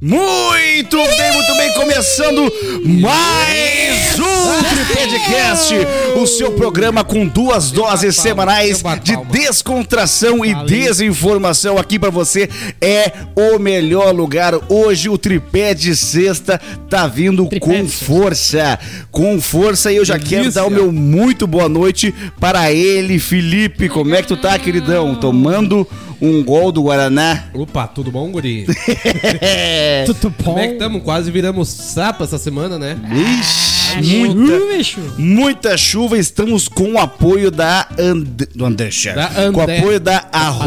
Muito bem, começando mais um Tripedcast, o seu programa com 2 doses semanais de descontração e desinformação aqui pra você. É o melhor lugar. Hoje o Tripé de sexta tá vindo com força, e eu já quero dar o meu muito boa noite para ele, Felipe. Como é que tu tá, queridão? Tomando um gol do Guaraná. Opa, tudo bom, guri? Tudo bom? Como é que estamos? Quase viramos sapa essa semana, né? Ixi, muita chuva. Estamos com o apoio da do Anderson. Com o apoio da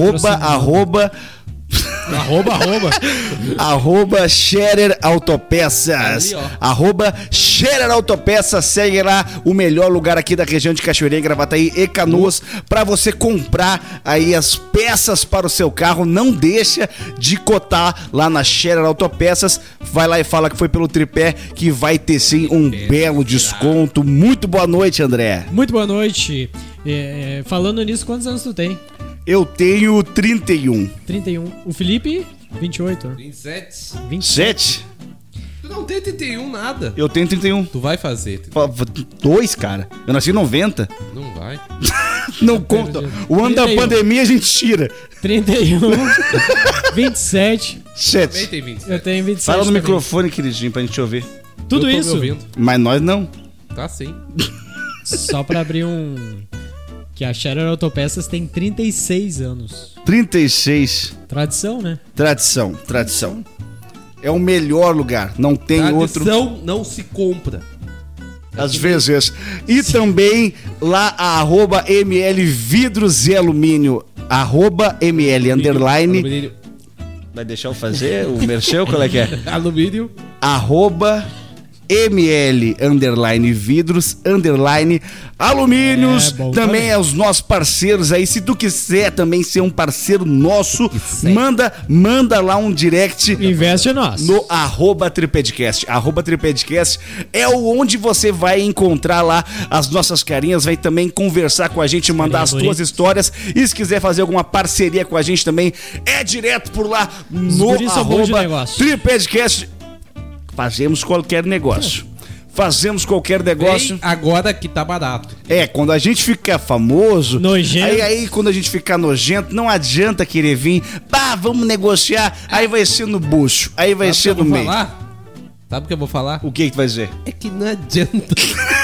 arroba Scherer Autopeças. Arroba Scherer Autopeças. Segue lá, o melhor lugar aqui da região de Cachoeirinha, Gravataí e Canoas, pra você comprar aí as peças para o seu carro. Não deixa de cotar lá na Scherer Autopeças. Vai lá e fala que foi pelo Tripé, que vai ter sim um belo desconto. Muito boa noite, André. Muito boa noite. Falando nisso, quantos anos tu tem? Eu tenho 31. 31. O Felipe, 28. 27. Tu não tem 31 nada. Eu tenho 31. Tu vai fazer. 2, cara. Eu nasci em 90. Não vai. Não conta. O ano da pandemia a gente tira. 31. 27. 7. Também tem 27. Eu tenho 27. Fala no também. microfone, queridinho, pra gente ouvir. Tudo Eu tô isso? me ouvindo. Mas nós não. Tá sim. Só pra abrir que a Scherer Autopeças tem 36 anos. 36. Tradição, né? Tradição. É o melhor lugar. Não tem outro. Tradição não se compra. Às vezes. E também lá a arroba ML Vidros e Alumínio. Arroba ML underline. Alumínio. Vai deixar eu fazer o merchan? Qual é que é? Alumínio. Arroba ML underline vidros underline alumínios. Também é os nossos parceiros aí. Se tu quiser também ser um parceiro nosso, manda lá um direct. Investe em nós. No arroba Tripedcast. Arroba Tripedcast é onde você vai encontrar lá as nossas carinhas, vai também conversar com a gente, mandar as tuas histórias. E se quiser fazer alguma parceria com a gente também, é direto por lá no arroba Tripedcast. Fazemos qualquer negócio. Vem agora que tá barato. Quando a gente fica famoso, nojento. Aí quando a gente ficar nojento, não adianta querer vir. Vamos negociar. Aí vai ser no bucho. Aí vai ser no meio. Sabe o que eu vou falar? O que tu vai dizer? É que não adianta.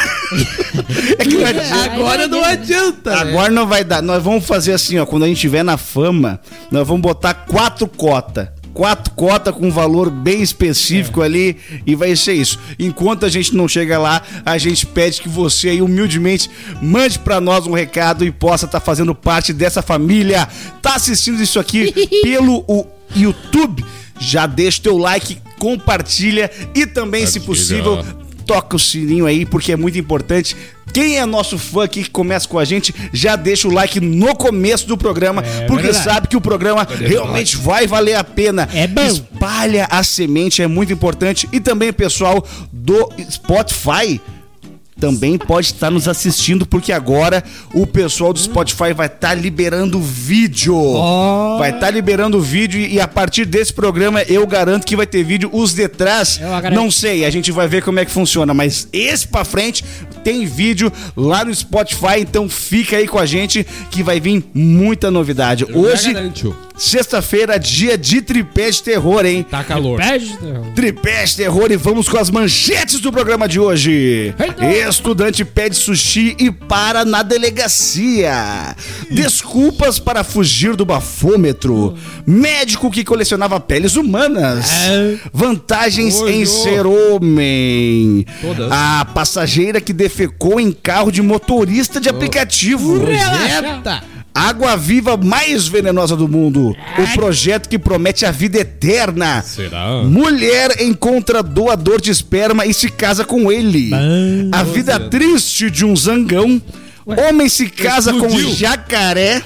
Agora não adianta. Agora não vai dar. Nós vamos fazer assim, ó. Quando a gente estiver na fama, nós vamos botar 4 cotas. 4 cotas com um valor bem específico ali, e vai ser isso. Enquanto a gente não chega lá, a gente pede que você aí humildemente mande pra nós um recado e possa estar fazendo parte dessa família. Tá assistindo isso aqui pelo YouTube? Já deixa teu like, compartilha e também, se possível, toca o sininho aí, porque é muito importante. Quem é nosso fã aqui que começa com a gente, já deixa o like no começo do programa, porque verdade. Sabe que o programa realmente vai valer a pena. É bom. Espalha a semente, é muito importante. E também o pessoal do Spotify também pode estar nos assistindo, porque agora o pessoal do Spotify vai estar liberando vídeo. Vai estar liberando vídeo, e a partir desse programa eu garanto que vai ter vídeo. Os de trás, não sei, a gente vai ver como é que funciona, mas esse pra frente tem vídeo lá no Spotify, então fica aí com a gente que vai vir muita novidade. Hoje, sexta-feira, dia de Tripé de Terror, hein? Tá calor. Tripé de Terror, e vamos com as manchetes do programa de hoje. Estudante pede sushi e para na delegacia. Desculpas para fugir do bafômetro. Médico que colecionava peles humanas. Vantagens em ser homem. A passageira que defecou em carro de motorista de aplicativo. Água viva mais venenosa do mundo. O projeto que promete a vida eterna. Será? Mulher encontra doador de esperma e se casa com ele. A vida triste de um zangão. Homem se casa com um jacaré.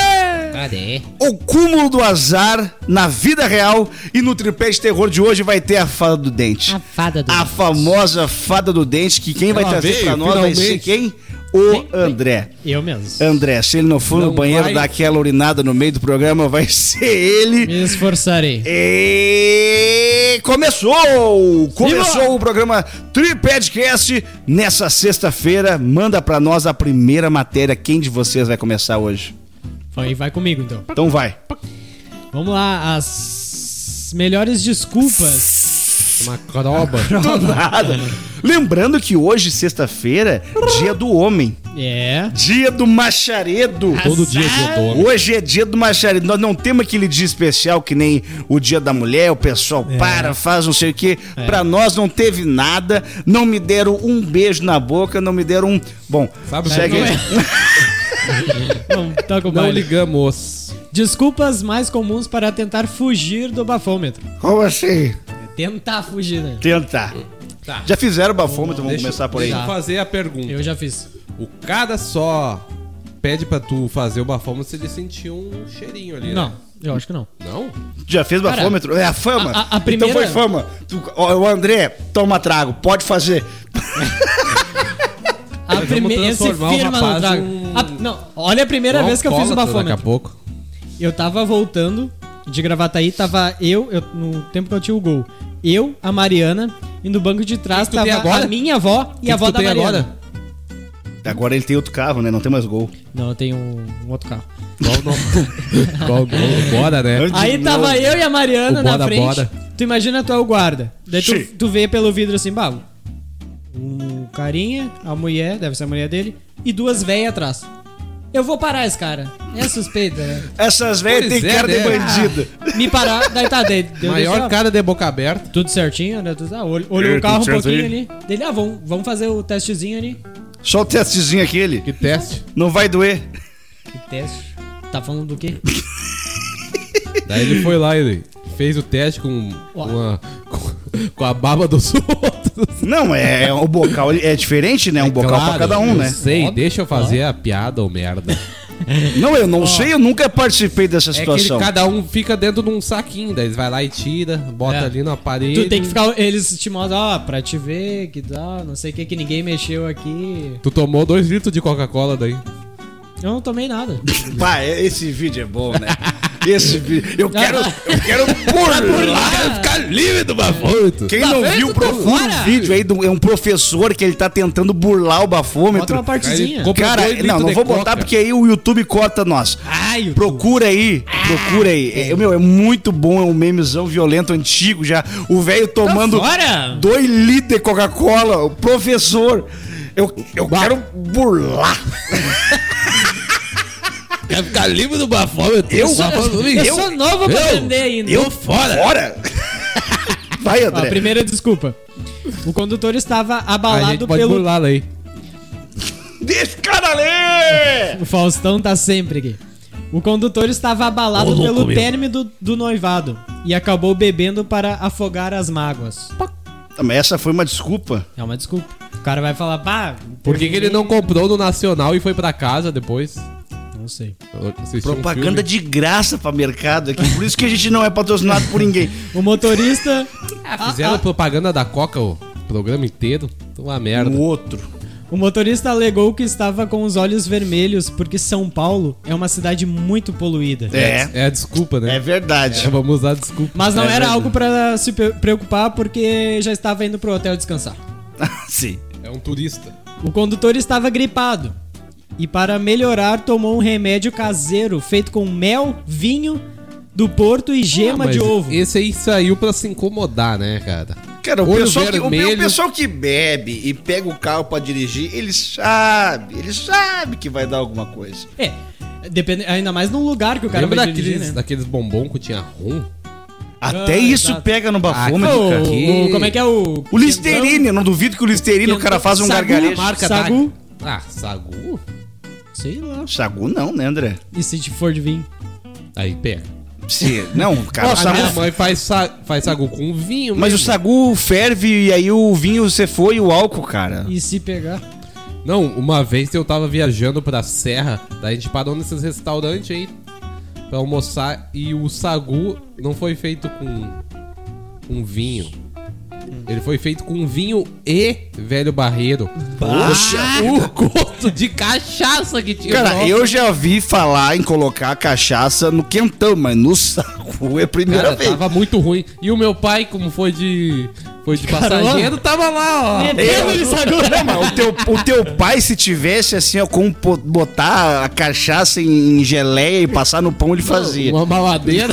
O cúmulo do azar na vida real. E no Tripé de Terror de hoje vai ter a fada do dente. A fada do dente. A famosa fada do dente, que quem vai trazer pra nós vai ser quem? O André. Eu mesmo. André, se ele não for no banheiro dar aquela urinada no meio do programa, vai ser ele. Me esforçarei. E começou o programa Tripodcast nessa sexta-feira. Manda pra nós a primeira matéria. Quem de vocês vai começar hoje? Vai comigo, então. Então vai. Vamos lá, as melhores desculpas. Uma croba. Do nada. Lembrando que hoje, sexta-feira, dia do homem. É. Dia do macharedo. Todo dia é dia do homem. Hoje é dia do macharedo. Nós não temos aquele dia especial que nem o dia da mulher. O pessoal faz não sei o quê. Pra nós não teve nada. Não me deram um beijo na boca. Não me deram um... Bom, sabe segue aí. Não ligamos. Desculpas mais comuns para tentar fugir do bafômetro. Como assim? Tentar fugir, né? Tentar. Tá. Já fizeram o bafômetro? Vamos começar por aí. Deixa eu fazer a pergunta. Eu já fiz. O cara só pede pra tu fazer o bafômetro se ele sentir um cheirinho ali, Não, né? eu acho que não. Não? Já fez bafômetro? É a fama. A primeira... Então foi fama. O André, toma trago. Pode fazer. A primeira... Esse firma no trago. Não, olha a primeira vez que eu fiz o bafômetro. Daqui a pouco. Eu tava voltando de Gravataí, tava eu no tempo que eu tinha o Gol. Eu, a Mariana, e no banco de trás tava a minha avó e a avó da Mariana. Agora ele tem outro carro, né? Não tem mais Gol. Não, eu tenho um outro carro. Qual Gol? Bora, né? Aí tava eu e a Mariana na frente. Bora. Tu imagina, tu é o guarda. Daí tu vê pelo vidro assim, um carinha, a mulher, deve ser a mulher dele, e duas véias atrás. Eu vou parar esse cara. É suspeita, né? Essas velhas têm cara de bandido. Me parar, daí tá, deu Maior cara de boca aberta. Tudo certinho, né? Olhou o carro um pouquinho ali. Dele, vamos fazer o testezinho ali. Só o testezinho aquele. Que teste? Não vai doer. Que teste? Tá falando do quê? Daí ele foi lá e fez o teste com a baba dos outros. Não, o bocal é diferente, né? Um bocal pra cada um, né? Sei, óbvio. Deixa eu fazer a piada ou merda. Não, eu não sei, eu nunca participei dessa situação. É que cada um fica dentro de um saquinho, daí eles vai lá e tira, bota ali na parede. Tu tem que ficar, eles te mostram, pra te ver, que dá, não sei o que ninguém mexeu aqui. Tu tomou 2 litros de Coca-Cola daí? Eu não tomei nada. Pá, esse vídeo é bom, né? Esse vídeo. Eu quero burlar. Quero ficar livre do bafômetro. Quem não viu, procura o vídeo aí. É um professor que ele tá tentando burlar o bafômetro. Bota uma partezinha. Cara, não vou botar porque aí o YouTube corta nós. YouTube. Procura aí. É muito bom, é um memezão violento, antigo já. O velho tomando 2 litros de Coca-Cola. O professor. Eu quero burlar. Quer ficar livre do bafômetro? Eu sou novo pra aprender ainda. Eu fora! Vai, André. A primeira desculpa. O condutor estava abalado a gente pode burlar aí. Deixa o cara ler! O Faustão tá sempre aqui. O condutor estava abalado pelo término do noivado e acabou bebendo para afogar as mágoas. Mas essa foi uma desculpa. É uma desculpa. O cara vai falar, por que ele não comprou no Nacional e foi pra casa depois? Não sei. Propaganda de graça pra mercado aqui. Por isso que a gente não é patrocinado por ninguém. O motorista... Fizeram propaganda da Coca o programa inteiro. Uma merda. O outro. O motorista alegou que estava com os olhos vermelhos porque São Paulo é uma cidade muito poluída. É a desculpa, né? É verdade. Vamos usar a desculpa. Mas não era algo pra se preocupar porque já estava indo pro hotel descansar. Sim. É um turista. O condutor estava gripado. E para melhorar, tomou um remédio caseiro feito com mel, vinho do Porto e gema de ovo. Esse aí saiu pra se incomodar, né, cara? Cara, o pessoal que bebe e pega o carro pra dirigir, ele sabe que vai dar alguma coisa. Depende, ainda mais num lugar que o cara vai dirigir, né? Daqueles bombom que tinha rum? Até isso exato. Pega no bafômetro, cara. Como é que é o... O Listerine, eu não duvido que o Listerine o cara faz um gargarejo. Sagu? Sagu? Sei lá. Sagu não, né, André? E se for de vinho? Aí pega. Não, cara, a minha mãe faz sagu com vinho. Mas mesmo. O sagu ferve e aí o vinho você foi e o álcool, cara. E se pegar? Não, uma vez eu tava viajando pra Serra, daí a gente parou nesses restaurantes aí pra almoçar e o sagu não foi feito com vinho. Ele foi feito com vinho e velho barreiro. Poxa! O gosto de cachaça que tinha. Cara, Nossa. eu já vi falar em colocar cachaça no quentão, mas no saco é a primeira Cara, vez. tava muito ruim. E o meu pai, como foi de passageiro, tava lá, ó. Não, mas o teu pai, se tivesse assim, ó, como botar a cachaça em geleia e passar no pão, ele fazia. Uma mamadeira.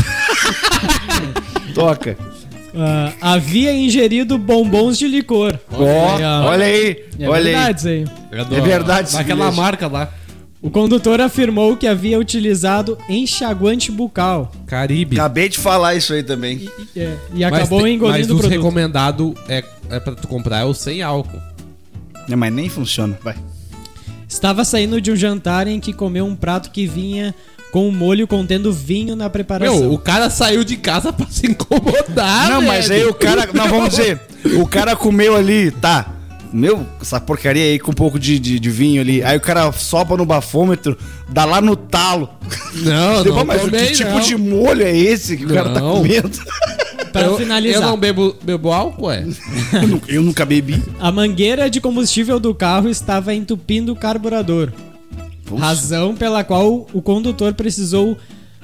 Toca. Havia ingerido bombons de licor. Ó, olha aí, É olha aí. verdade isso aí. É verdade isso Daquela mesmo. marca lá. O condutor afirmou que havia utilizado enxaguante bucal Caribe. Acabei de falar isso aí também. e acabou mas engolindo o os produto. recomendado é pra tu comprar é o sem álcool. Não, mas nem funciona, vai. Estava saindo de um jantar em que comeu um prato que vinha com um molho contendo vinho na preparação. Meu, o cara saiu de casa pra se incomodar, Não, velho. mas aí o cara, não, vamos dizer, o cara comeu ali, tá, meu, essa porcaria aí com um pouco de vinho ali, aí o cara sopra no bafômetro, dá lá no talo. Não, Tipo, não mas tomei, que tipo não. de molho é esse que o cara tá Não. comendo? Para finalizar, Eu não bebo álcool, é? Eu nunca bebi. a mangueira de combustível do carro estava entupindo o carburador. Puxa. Razão pela qual o condutor precisou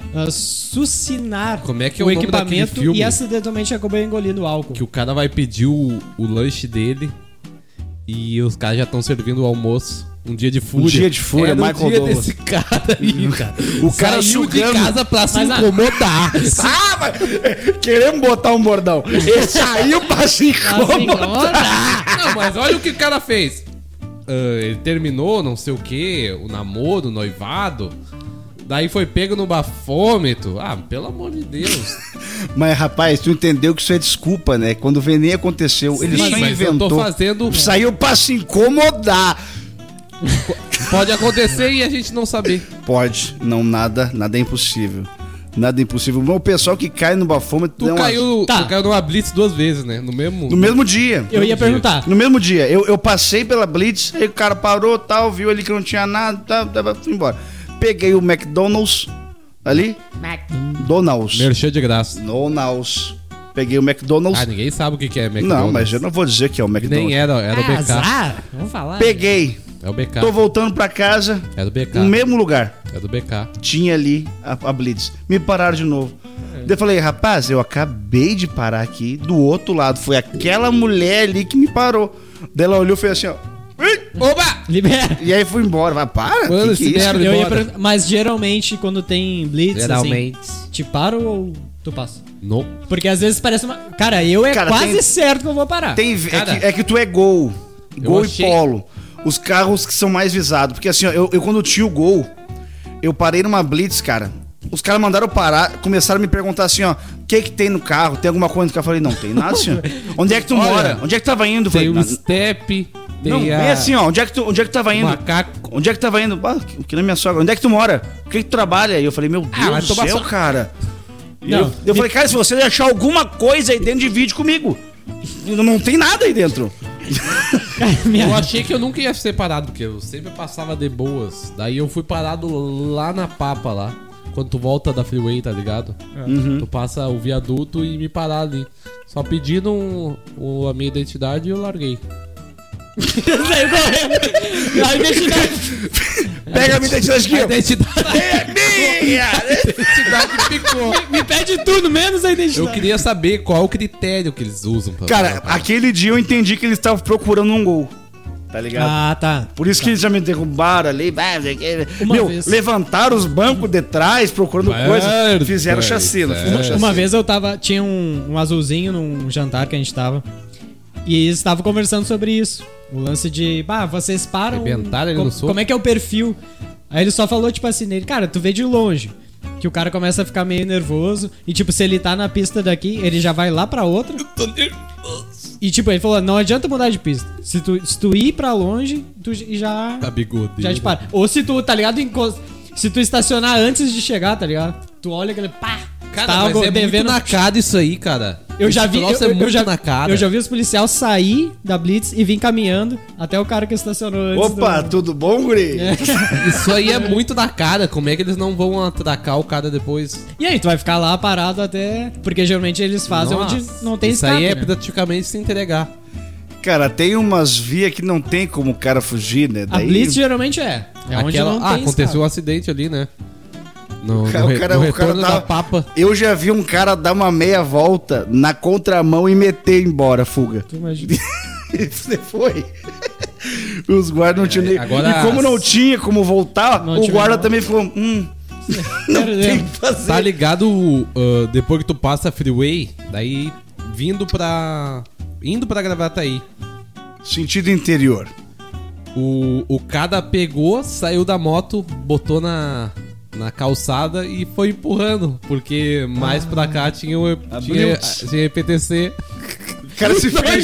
sucinar Como é que é o o nome daquele equipamento filme? e acidentalmente acabou engolindo o álcool. Que o cara vai pedir o lanche dele e os caras já estão servindo o almoço. Um dia de fúria. dia de fúria, é no Michael dia Douglas. desse cara aí, cara. O cara saiu sugando. de casa pra se Mas incomodar. Ah, mas queremos botar um bordão. Ele saiu pra se incomodar. Não, mas olha o que o cara fez. Ele terminou, não sei o que, o namoro, o noivado. Daí foi pego no bafômetro. Ah, pelo amor de Deus. Mas, rapaz, tu entendeu que isso é desculpa, né? Quando o nem aconteceu, ele Sim, só mas eu inventou. tô fazendo... Saiu pra se incomodar. Pode acontecer e a gente não saber. Pode, não, nada é impossível. Nada é impossível. O pessoal que cai no bafômetro Tu dá uma- caiu numa blitz 2 vezes, né? No mesmo... no mesmo dia. Eu ia perguntar. No mesmo dia. Eu passei pela Blitz, aí o cara parou, tal, viu ali que não tinha nada, fui embora. Peguei o McDonald's ali. McDonald's. Merchan de graça. McDonald's. Peguei o McDonald's. Ah, ninguém sabe o que é McDonald's. Não, mas eu não vou dizer que é o McDonald's. Nem era o BK. Azar? Vamos falar. Peguei. É o BK. Tô voltando pra casa, É do BK. no mesmo lugar. É do BK. Tinha ali a Blitz. Me pararam de novo. Daí eu falei, rapaz, eu acabei de parar aqui do outro lado. Foi aquela mulher ali que me parou. Daí ela olhou e fez assim, ó. Oba! Libera. E aí fui embora. Vai, para. Mano, que esse isso? merda. Eu ia Bora. perguntar, mas geralmente quando tem blitz, Geralmente. assim, te param ou tu passa? Não. Porque às vezes parece uma... Cara, Cara, quase tem- certo que eu vou parar. Cara. É que tu é Gol. Gol e achei- Polo. Os carros que são mais visados. Porque assim, ó, eu quando tinha o Gol, eu parei numa Blitz, cara. Os caras mandaram eu parar, começaram a me perguntar assim, ó, o que tem no carro? Tem alguma coisa no carro? Eu falei, não, tem nada, senhor. Onde é que tu Olha, mora? Onde é que tava indo? Eu falei, Tem o "Não, step, tem não, a... bem assim, ó, onde é que tu tava indo? Macaco. Onde é que tava indo? Ah, que na minha sogra. Onde é que tu mora? O que tu trabalha? E eu falei, meu Ah, vai Deus do tomar céu, só- cara. E Não, eu falei, cara, se você achar alguma coisa aí dentro de vídeo comigo, não tem nada aí dentro. Eu achei que eu nunca ia ser parado, porque eu sempre passava de boas. Daí eu fui parado lá na Papa, lá. Quando tu volta da freeway, tá ligado? Tu passa o viaduto e me parar ali. Só pediram a minha identidade e eu larguei. Saiu correndo. A identidade... Pega a minha identidade aqui, A ó. identidade, É minha! a identidade ficou. Me pede tudo, menos a identidade. Eu queria saber qual o critério que eles usam pra... Cara, aquele dia eu entendi que eles estavam procurando um gol. Tá ligado? Ah, tá. Por isso que eles já me derrubaram ali. Uma Meu, vez. levantaram os bancos de trás procurando coisa. Fizeram chacina. é. Fizeram chacina. Uma vez eu tava... Tinha um azulzinho num jantar que a gente tava. E eles estavam conversando sobre isso. O lance de... vocês param... Arrebentaram ele no soco? Como é que é o perfil? Aí ele só falou, tipo assim, nele... Cara, tu vê de longe. Que o cara começa a ficar meio nervoso. E, tipo, se ele tá na pista daqui, ele já vai lá pra outra. Eu tô nervoso. E, tipo, ele falou, não adianta mudar de pista. Se tu ir pra longe, tu já... Tá bigodeiro. Já te para. Ou se tu, tá ligado? Se tu estacionar antes de chegar, tá ligado? Tu olha aquele pá. Cara, tá mas é muito devendo. na cara isso aí, cara. Eu já vi, troço é muito na cara. Eu já vi os policiais sair da Blitz e vir caminhando até o cara que estacionou antes. Opa, tudo bom, guri? Isso aí é muito na cara. Como é que eles não vão atracar o cara depois? E aí, tu vai ficar lá parado até... Porque geralmente eles fazem Nossa, onde não tem isso escape, aí é né? praticamente se entregar. Cara, tem umas vias que não tem como o cara fugir, né? A Blitz geralmente é. É onde não tem aconteceu escape. um acidente ali, né? No O cara retorno tava- da papa. Eu já vi um cara dar uma meia volta na contramão e meter embora a fuga. Tu imagina. Você foi. Os guardas não tinham nem... agora- E como não tinha como voltar, Não o tinha guarda como. também ficou... não tem o que fazer. Tá ligado, depois que tu passa a freeway, daí indo pra Gravataí, Sentido interior. o cara pegou, saiu da moto, botou na calçada e foi empurrando, porque mais pra cá tinha EPTC. O cara se fez...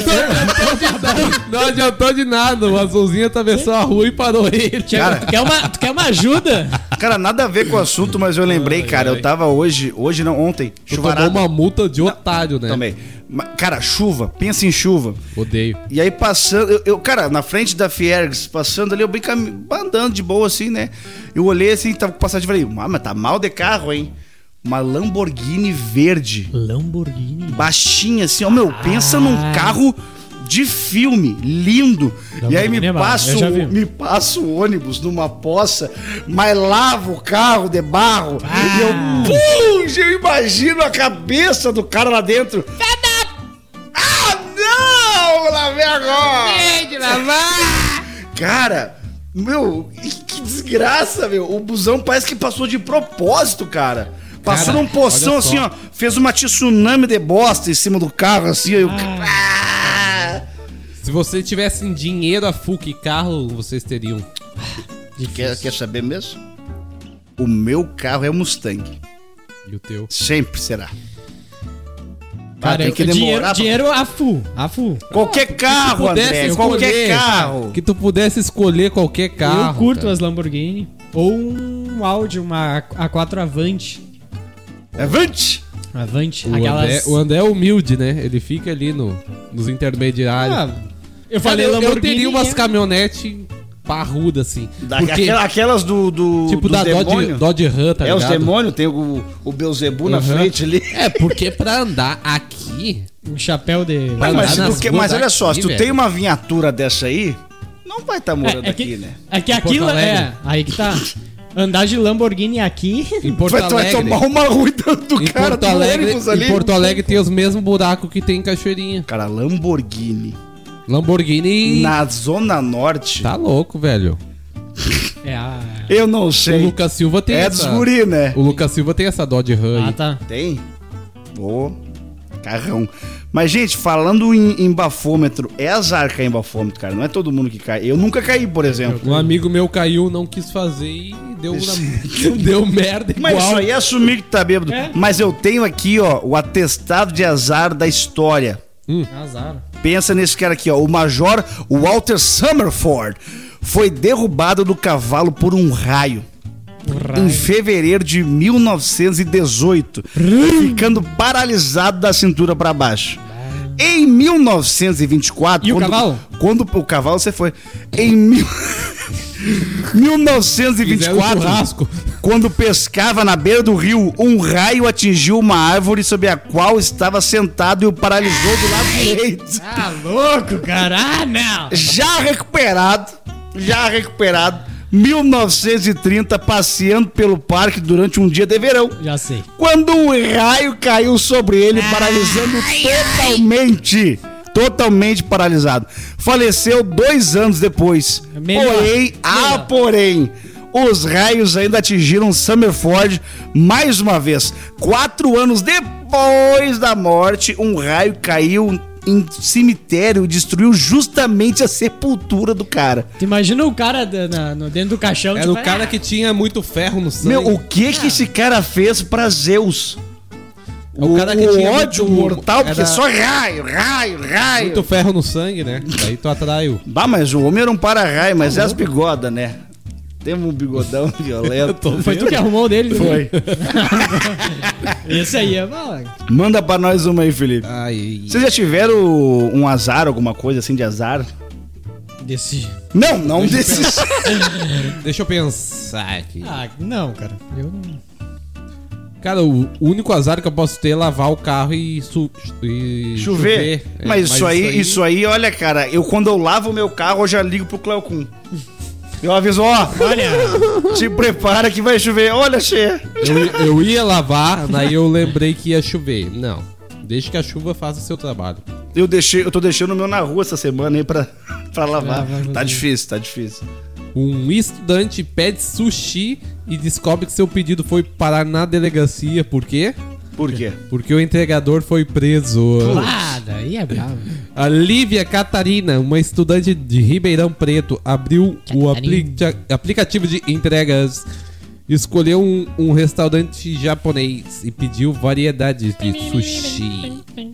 Não adiantou de nada, o azulzinho atravessou a rua e parou ele. Cara- Tu quer uma ajuda? Cara, nada a ver com o assunto, mas eu lembrei, cara. Eu tava hoje não, ontem, Tu tomou chuvarada uma multa de otário, né? também. Cara, chuva, pensa em chuva. Odeio. E aí passando, cara, na frente da Fiergs, passando ali, eu bem andando de boa assim, né? Eu olhei assim, tava com passagem e falei, mas tá mal de carro, hein? Uma Lamborghini verde, Lamborghini. baixinha assim, ó, meu, pensa num carro de filme, lindo. E aí Lamborghini é massa, eu já vi. me passa o ônibus numa poça, mas lava o carro de barro. E eu imagino a cabeça do cara lá dentro. Ah, não! Lavei agora! Cara, meu, que desgraça, meu. O busão parece que passou de propósito, cara. Passou Cara, num poção olha assim, só. ó. Fez uma tsunami de bosta em cima do carro, assim. Aí Se vocês tivessem dinheiro a full, que carro vocês teriam? Quer saber mesmo? O meu carro é o Mustang. E o teu? Sempre será. Cara, tem que demorar pra- dinheiro a full. Qualquer carro, André. Qualquer carro. Que tu pudesse escolher qualquer carro. Eu curto cara. as Lamborghini. Ou um Audi, uma A4 Avante. Avante! Avante, O André é humilde, né? Ele fica ali nos intermediários. Ah, eu Cara, falei eu Lamborghini. teria umas caminhonetes parrudas, assim. Porque, Aquelas do tipo dos da demônio. Dodge Ram, tá É, os ligado? demônios, tem o Beelzebub na Uhum. frente ali. É, porque pra andar aqui... Um chapéu de... Vai Mas, andar nas ruas mas olha só, se tu daqui, tem velho. uma viatura dessa aí, não vai estar morando aqui, né? É que Porto aquilo Alegre. aí que tá. Andar de Lamborghini aqui. Em Porto Tu vai Alegre... tomar uma ruim do Em cara Porto do Alegre, ônibus ali. em Porto Alegre tem os mesmos buracos que tem em Cachoeirinha. Cara, Lamborghini. Lamborghini... Na Zona Norte, Tá louco, velho. É a... eu não O sei. Lucas Silva tem É essa... dos guri, né? O Lucas Silva tem essa Dodge Ram Ah, aí. tá. Tem? Ô, carrão. Mas, gente, falando em bafômetro, é azar cair em bafômetro, cara. Não é todo mundo que cai. Eu nunca caí, por exemplo. Um amigo meu caiu, não quis fazer e deu, deu merda igual. Mas isso aí é assumir que tá bêbado. É. Mas eu tenho aqui, ó, o atestado de azar da história. Azar. Pensa nesse cara aqui, ó. O Major Walter Summerford foi derrubado do cavalo por um raio em fevereiro de 1918, ficando paralisado da cintura para baixo. Em 1924... E o cavalo? Quando o cavalo você foi. Em 1924, churrasco. quando pescava na beira do rio, um raio atingiu uma árvore sobre a qual estava sentado e o paralisou do lado direito. Ah, louco, cara. Ah, não. Já recuperado, 1930, passeando pelo parque durante um dia de verão, Já sei. quando um raio caiu sobre ele, paralisando totalmente paralisado. Faleceu 2 anos depois. Melhor. Porém, os raios ainda atingiram Summerford mais uma vez. 4 anos depois da morte, um raio caiu em cemitério e destruiu justamente a sepultura do cara. Tu imagina o cara dentro do caixão. Era tipo, o cara que tinha muito ferro no sangue. Meu, o que esse cara fez pra Zeus? O cara que tinha ódio muito- mortal, porque era- só raio. Muito ferro no sangue, né? Daí tu atrai o... Bah, mas o homem era um para-raio, mas é as bigodas, né? Temos um bigodão violento. Foi tu que arrumou o dele? Foi. Esse aí é bom. Manda pra nós uma aí, Felipe. Ai, Vocês já tiveram um azar, alguma coisa assim de azar? Desse... Não desses. deixa eu pensar aqui. Ah, não, cara. Eu não... Cara, o único azar que eu posso ter é lavar o carro e Chover. É, Mas isso aí, olha, cara, quando eu lavo o meu carro, eu já ligo pro Cleocum. Eu aviso, olha, te prepara que vai chover. Olha, Che. Eu ia lavar, daí eu lembrei que ia chover. Não, deixa que a chuva faça o seu trabalho. Eu tô deixando o meu na rua essa semana aí pra lavar. Tá difícil. Um estudante pede sushi e descobre que seu pedido foi parar na delegacia. Por quê? Por quê? Porque o entregador foi preso. Ah, daí é bravo. A Lívia Catarina, uma estudante de Ribeirão Preto, abriu o aplicativo de entregas, escolheu um restaurante japonês e pediu variedades de sushi.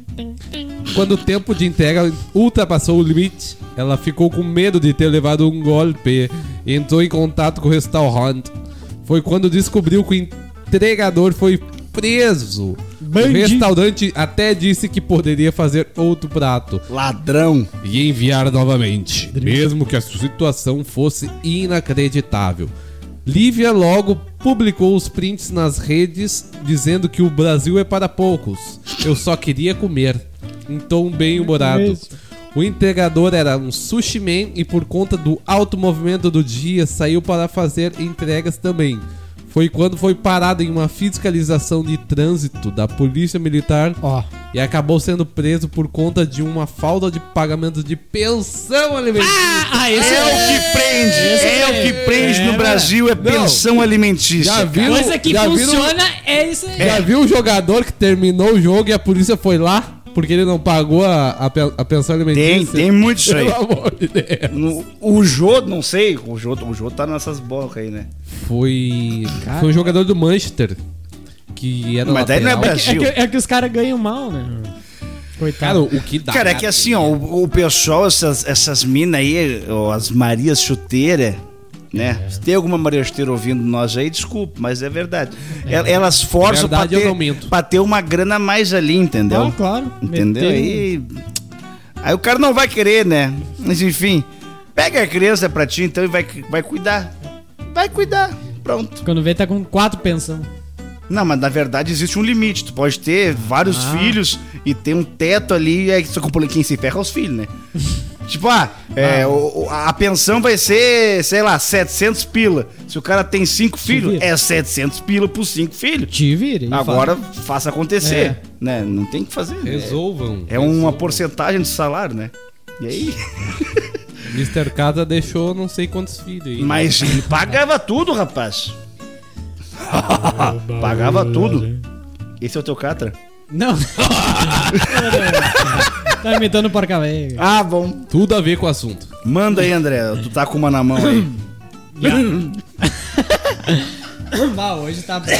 Quando o tempo de entrega ultrapassou o limite, ela ficou com medo de ter levado um golpe e entrou em contato com o restaurante. Foi quando descobriu que o entregador foi preso. O restaurante até disse que poderia fazer outro prato Ladrão. e enviar novamente, mesmo que a situação fosse inacreditável. Lívia logo publicou os prints nas redes dizendo que o Brasil é para poucos. Eu só queria comer. Em tom bem humorado. O entregador era um sushi man e por conta do alto movimento do dia saiu para fazer entregas também. Foi quando foi parado em uma fiscalização de trânsito da Polícia Militar e acabou sendo preso por conta de uma falta de pagamento de pensão alimentícia. Esse É o que prende. É o que prende no Brasil, é pensão alimentícia. Já viu? Coisa que funciona é isso aí. Já viu o jogador que terminou o jogo e a polícia foi lá porque ele não pagou a pensão alimentícia? Tem muito isso aí. Pelo amor de Deus. O Jô, não sei. O Jô tá nessas bocas aí, né? Foi um jogador do Manchester que era Mas daí não é lateral. Brasil. É que os caras ganham mal, né? Cara, Coitado. o que dá? Cara, é que assim, ó, o pessoal, essas minas aí, ó, as Marias chuteiras, né? Se tem alguma Maria chuteira ouvindo nós aí, desculpa, mas é verdade. Elas forçam Verdade, eu não minto. pra ter uma grana a mais ali, entendeu? Ah, claro. Entendeu? Meteu- Aí o cara não vai querer, né? Mas enfim, pega a criança pra ti então e vai cuidar. Vai cuidar, pronto. Quando vê, tá com 4 pensão. Não, mas na verdade existe um limite. Tu pode ter vários filhos e ter um teto ali, é só que quem se ferra é os filhos, né? Tipo, a pensão vai ser, sei lá, 700 pila. Se o cara tem 5 filhos, vira. é 700 pila por 5 filhos. Te vira. Agora faça acontecer, né? Não tem o que fazer. Resolvam. É uma porcentagem do salário, né? E aí? Mr. Casa deixou não sei quantos filhos aí. Mas ele pagava tudo, rapaz. Pagava tudo. Esse é o teu catra? Não. Tá imitando porca velho. Ah, bom. Tudo a ver com o assunto. Manda aí, André. Tu tá com uma na mão aí. Hoje tá bravo.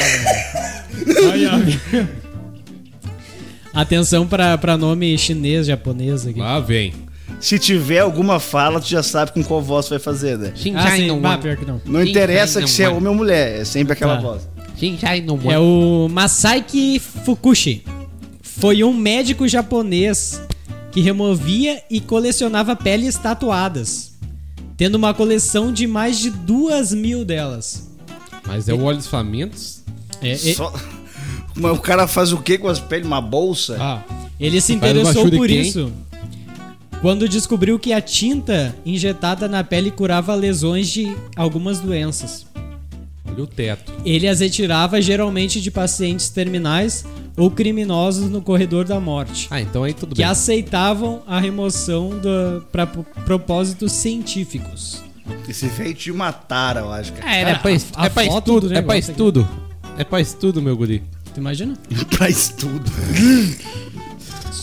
Atenção pra nome chinês, japonês aqui. Lá vem. Se tiver alguma fala, tu já sabe com qual voz tu vai fazer, né? Sim, pior que não. Não interessa que se é homem ou mulher, é sempre aquela Tá. voz. É o Masaiki Fukushi. Foi um médico japonês que removia e colecionava peles tatuadas, tendo uma coleção de mais de 2.000 delas. Mas é o Olhos Famintos? Só... Mas o cara faz o que com as peles? Uma bolsa? Ele se Faz uma interessou por shuriken. isso quando descobriu que a tinta injetada na pele curava lesões de algumas doenças. Olha o teto. Ele as retirava geralmente de pacientes terminais ou criminosos no corredor da morte, Então aí tudo que bem. aceitavam a remoção para propósitos científicos. Esse velho tinha uma tara, eu acho. Cara. É pra foto do estudo, é pra negócio estudo. É pra estudo, meu guri. Tu imagina? Pra estudo.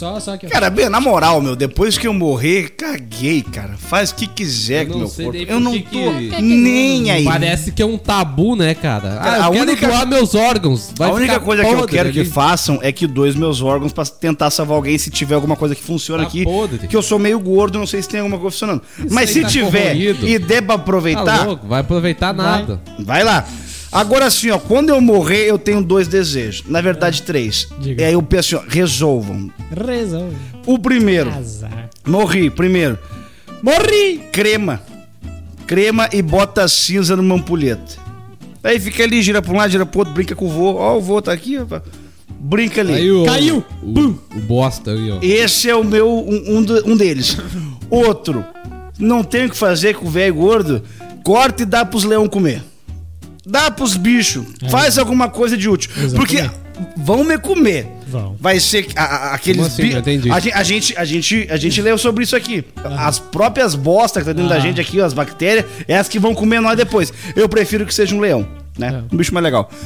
Só aqui, ó. Cara, bem, na moral, meu, depois que eu morrer, caguei, cara. Faz o que quiser com o meu corpo. Eu não tô nem aí. Parece que é um tabu, né, cara? Cara, eu quero doar meus órgãos. A única coisa que eu quero que façam é que doem meus órgãos pra tentar salvar alguém se tiver alguma coisa que funciona aqui. Podre. Que eu sou meio gordo, não sei se tem alguma coisa funcionando. Mas se tiver corroído, e der pra aproveitar... Tá louco, vai aproveitar nada. Vai lá. Agora assim, ó, quando eu morrer, eu tenho 2 desejos. Na verdade, 3. Diga. E aí eu penso assim, ó, resolvam. O primeiro. Azar. Morri, primeiro. Morri! Crema e bota cinza numa ampulheta. Aí fica ali, gira pra um lado, gira pro outro, brinca com o vô. Ó, o vô tá aqui, rapaz. Brinca ali. Aí Caiu! O bosta aí, ó. Esse é o meu, um deles. Outro, não tem o que fazer com o velho gordo, corta e dá pros leão comer. Dá pros bichos, faz alguma coisa de útil. Exatamente. Porque vão me comer. Vão. Vai ser aqueles Como assim? Não entendi. A gente leu sobre isso aqui. As próprias bostas que tá dentro da gente aqui, as bactérias, é as que vão comer nós depois. Eu prefiro que seja um leão, né? Um bicho mais legal.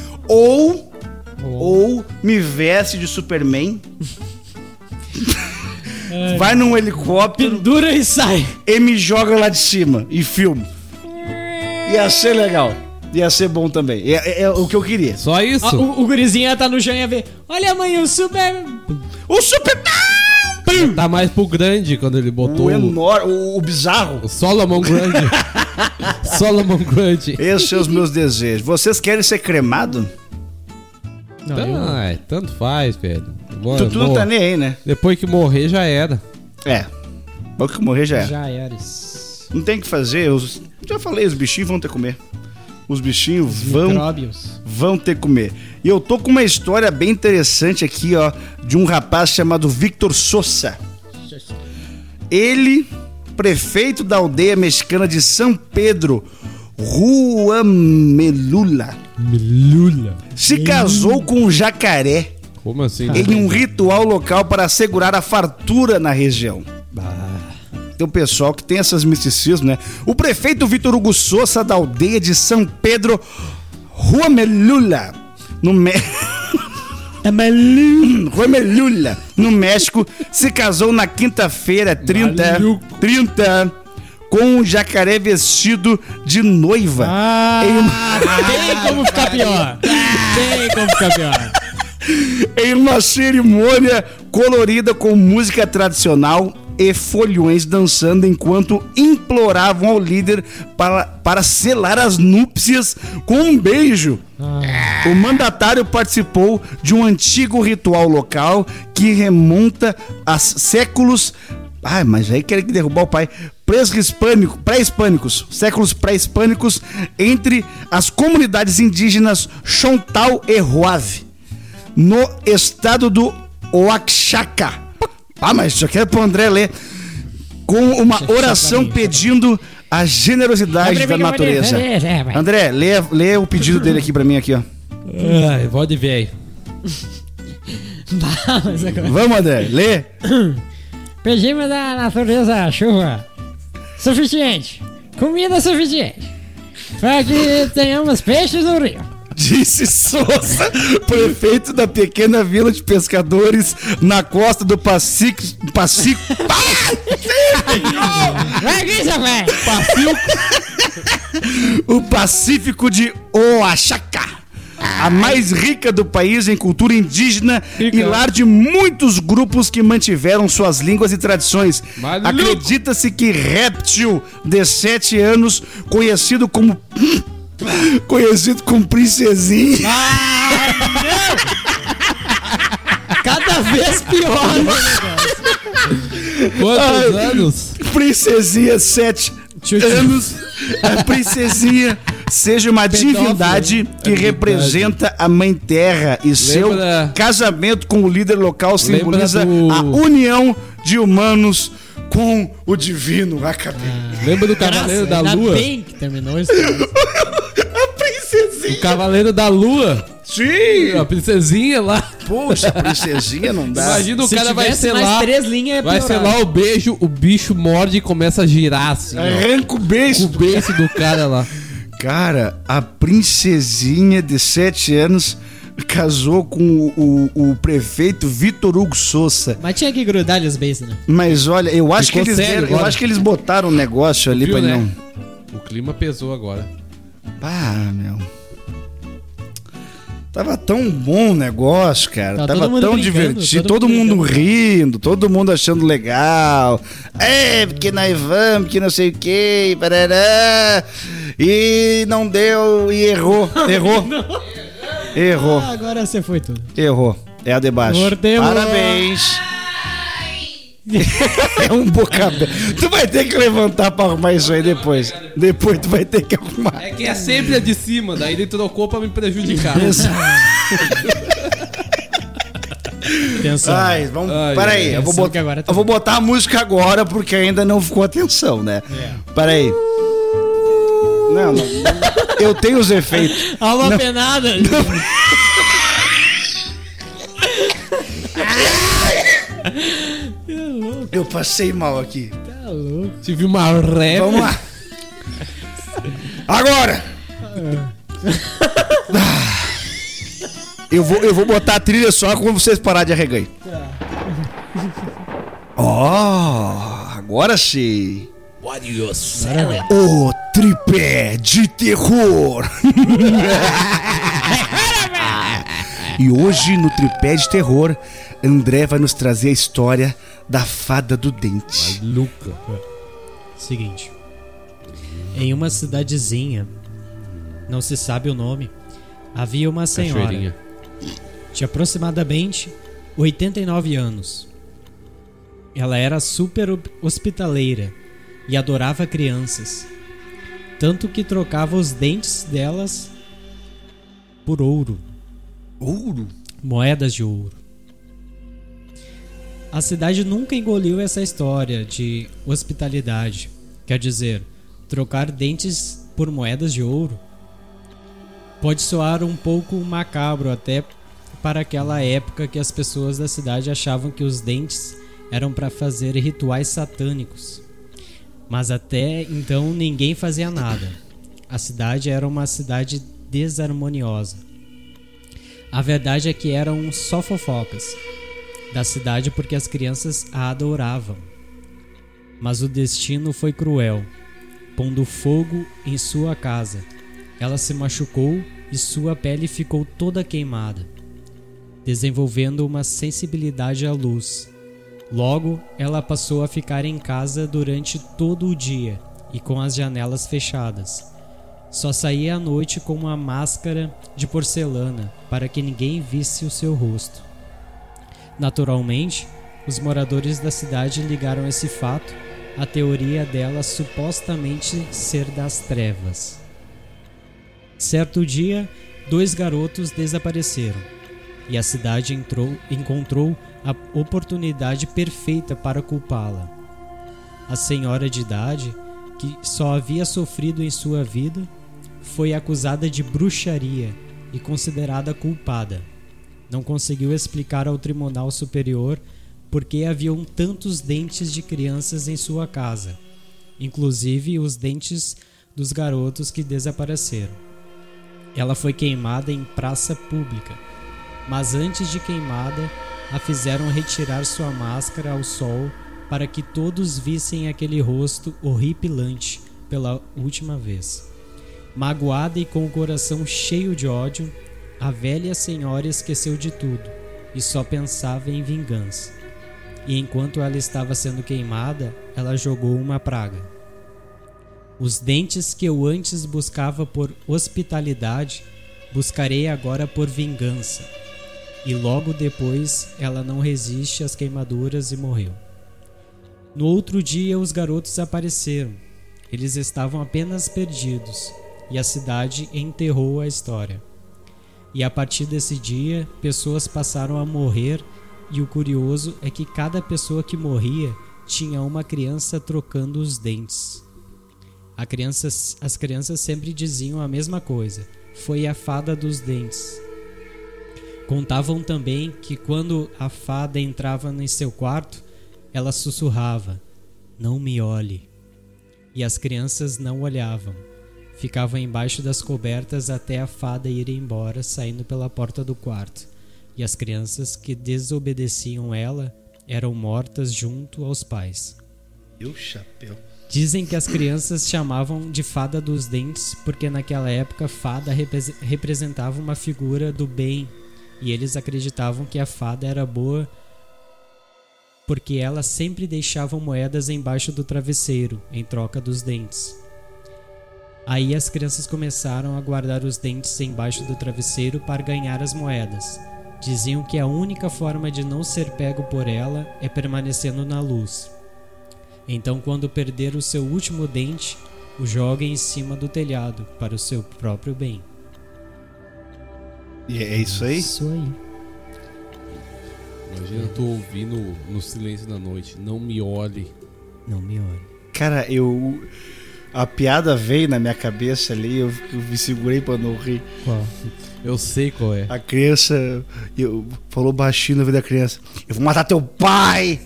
Ou me veste de Superman. Vai num helicóptero. Pendura e sai. E me joga lá de cima e filma. Ia ser legal. Ia ser bom também. É o que eu queria. Só isso? O gurizinho ia tá no chão e ia ver. Olha, mãe, o Super... O Superman! Tá mais pro grande quando ele botou O enorme, o bizarro. o Solomon Grande. Solomon Grande. Esses são os meus desejos. Vocês querem ser cremado? Não, Tanto faz, velho. Tu não tá nem aí, né? Depois que morrer já era. É. Depois que morrer já é. já eres. Não tem o que fazer. Já falei, os bichinhos vão ter que comer. Os bichinhos vão ter que comer. E eu tô com uma história bem interessante aqui, ó, de um rapaz chamado Victor Sosa. Ele, prefeito da aldeia mexicana de São Pedro, Huamelula, se casou com um jacaré Como assim? em um ritual local para assegurar a fartura na região. Tem um pessoal que tem esses misticismos, né? O prefeito Vitor Hugo Sosa, da aldeia de São Pedro, Huamelula, no México, se casou na quinta-feira, 30, com um jacaré vestido de noiva. Tem como ficar pior. Em uma cerimônia colorida com música tradicional e folhões dançando enquanto imploravam ao líder para selar as núpcias com um beijo. O mandatário participou de um antigo ritual local que remonta a séculos... mas aí querem derrubar o pai. Pré-hispânicos, séculos pré-hispânicos, entre as comunidades indígenas Chontal e Huave, no estado do Oaxaca. Mas isso aqui é pro André ler. Com uma oração pedindo a generosidade da natureza. André, lê o pedido dele aqui pra mim, aqui, ó. Pode ver aí. Vamos, André, lê. Pedimos da natureza chuva suficiente, comida suficiente, para que tenhamos peixes no rio. Disse Sosa, prefeito da pequena vila de pescadores na costa do Pacífico. O Pacífico de Oaxaca, a mais rica do país em cultura indígena e lar de muitos grupos que mantiveram suas línguas e tradições. Acredita-se que réptil de 7 anos, conhecido como Princesinha. Não! Cada vez pior, né, Quantos anos? Princesinha, 7 anos. A princesinha seja uma divindade que representa a Mãe Terra e seu casamento com o líder local simboliza a união de humanos com o divino. Lembra do Cavaleiro da Lua? Bem que terminou isso. A princesinha. O Cavaleiro da Lua? Sim. A princesinha lá. Poxa, princesinha não dá. Imagina o cara vai selar. Mais 3 linhas vai selar o beijo, o bicho morde e começa a girar assim. Arranca o beijo. O beijo do cara lá. Cara, a princesinha de 7 anos casou com o prefeito Vitor Hugo Souza. Mas tinha que grudar os beijos, né? Mas olha, eu acho que Ficou sério eu agora. acho que eles botaram um negócio ali Viu, pra né? não. O clima pesou agora. Ah, meu. Tava tão bom o negócio, cara. Tá Tava todo mundo tão brincando, divertido. todo Todo mundo mundo rindo, todo mundo achando legal. É, porque nós vamos, que não sei o que, parará. E não deu, e errou. Errou. Ah, agora você foi tudo. Errou. É a de baixo. Mordemos. Parabéns. É um boca aberta. Tu vai ter que levantar pra arrumar isso aí depois. Depois tu vai ter que arrumar. É que é sempre a de cima, daí ele trocou pra me prejudicar. Atenção. Ai, vamos. Ai, Peraí, ai, eu vou atenção botar, que agora tá eu vou botar a música agora porque ainda não ficou atenção, né? É. Peraí. Não. Eu tenho os efeitos. Alma penada. Eu passei mal aqui. Tá louco. Tive uma ré. Vamos lá. Agora. Eu vou botar a trilha só quando vocês pararem de arreganhar. Ó, agora sim. O tripé de terror. E hoje no tripé de terror, André vai nos trazer a história da fada do dente. Luca. Seguinte. Em uma cidadezinha, não se sabe o nome, havia uma senhora Cachoeirinha. de aproximadamente 89 anos. Ela era super hospitaleira e adorava crianças, tanto que trocava os dentes delas por ouro, Ouro? moedas de ouro. A cidade nunca engoliu essa história de hospitalidade, quer dizer, trocar dentes por moedas de ouro. Pode soar um pouco macabro até para aquela época que as pessoas da cidade achavam que os dentes eram para fazer rituais satânicos. Mas até então ninguém fazia nada. A cidade era uma cidade desarmoniosa. A verdade é que eram só fofocas da cidade porque as crianças a adoravam. Mas o destino foi cruel, pondo fogo em sua casa. Ela se machucou e sua pele ficou toda queimada, desenvolvendo uma sensibilidade à luz. Logo, ela passou a ficar em casa durante todo o dia e com as janelas fechadas. Só saía à noite com uma máscara de porcelana para que ninguém visse o seu rosto. Naturalmente, os moradores da cidade ligaram esse fato à teoria dela supostamente ser das trevas. Certo dia, 2 garotos desapareceram e a cidade encontrou a oportunidade perfeita para culpá-la. A senhora de idade, que só havia sofrido em sua vida, foi acusada de bruxaria e considerada culpada. Não conseguiu explicar ao Tribunal Superior por que haviam tantos dentes de crianças em sua casa, inclusive os dentes dos garotos que desapareceram. Ela foi queimada em praça pública, mas antes de queimada, a fizeram retirar sua máscara ao sol para que todos vissem aquele rosto horripilante pela última vez. Magoada e com o coração cheio de ódio, a velha senhora esqueceu de tudo e só pensava em vingança. E enquanto ela estava sendo queimada, ela jogou uma praga. Os dentes que eu antes buscava por hospitalidade, buscarei agora por vingança. E logo depois ela não resiste às queimaduras e morreu. No outro dia os garotos apareceram. Eles estavam apenas perdidos e a cidade enterrou a história. E a partir desse dia, pessoas passaram a morrer e o curioso é que cada pessoa que morria tinha uma criança trocando os dentes. As crianças sempre diziam a mesma coisa: foi a fada dos dentes. Contavam também que quando a fada entrava em seu quarto, ela sussurrava: não me olhe. E as crianças não olhavam. ficavam embaixo das cobertas até a fada ir embora, saindo pela porta do quarto. E as crianças que desobedeciam ela eram mortas junto aos pais. E o chapéu? Dizem que as crianças chamavam de fada dos dentes porque naquela época fada representava uma figura do bem e eles acreditavam que a fada era boa porque elas sempre deixavam moedas embaixo do travesseiro em troca dos dentes. Aí as crianças começaram a guardar os dentes embaixo do travesseiro para ganhar as moedas. Diziam que a única forma de não ser pego por ela é permanecendo na luz. Então, quando perder o seu último dente, o joguem em cima do telhado, para o seu próprio bem. E é isso aí? Isso aí. Imagina tu ouvindo no silêncio da noite. Não me olhe. Não me olhe. Cara, a piada veio na minha cabeça ali, eu me segurei pra não rir. Qual? Eu sei qual é. A criança falou baixinho na vida da criança: eu vou matar teu pai!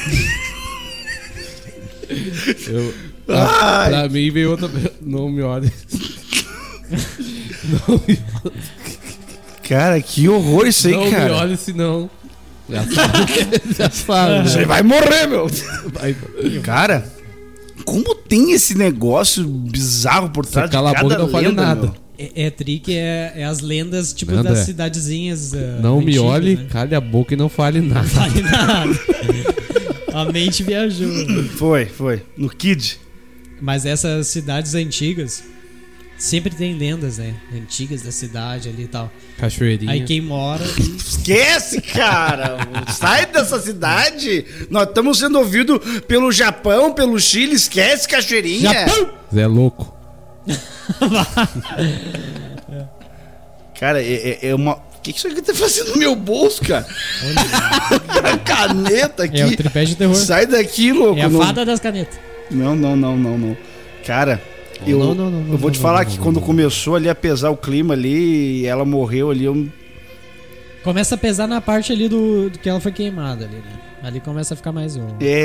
Pra mim veio outra. Não me olhe. Não me olhe. Cara, que horror isso aí, Não cara. me olhe, senão. Já sabe. Você né? vai morrer, meu. Vai. Cara, como tem esse negócio bizarro por trás de cala a cada boca e não fale lenda, nada. meu? É trick, é as lendas tipo André, das cidadezinhas. Não me antigas, olhe, né? cale a boca e não fale nada. Fale nada. A mente viajou. Foi. No Kid. Mas essas cidades antigas sempre tem lendas, né? Antigas da cidade ali e tal. Cachoeirinha. Aí quem mora. Esquece, cara! Sai dessa cidade! Nós estamos sendo ouvidos pelo Japão, pelo Chile, esquece, Cachoeirinha! Zé louco. Cara, é uma. O que isso aqui tá fazendo no meu bolso, cara? A caneta aqui. É o tripé de terror. Sai daqui, louco. É a não- fada das canetas. Não. Cara, eu vou te falar que quando começou ali a pesar o clima ali e ela morreu ali, eu. Começa a pesar na parte ali do que ela foi queimada ali, né? Ali começa a ficar mais.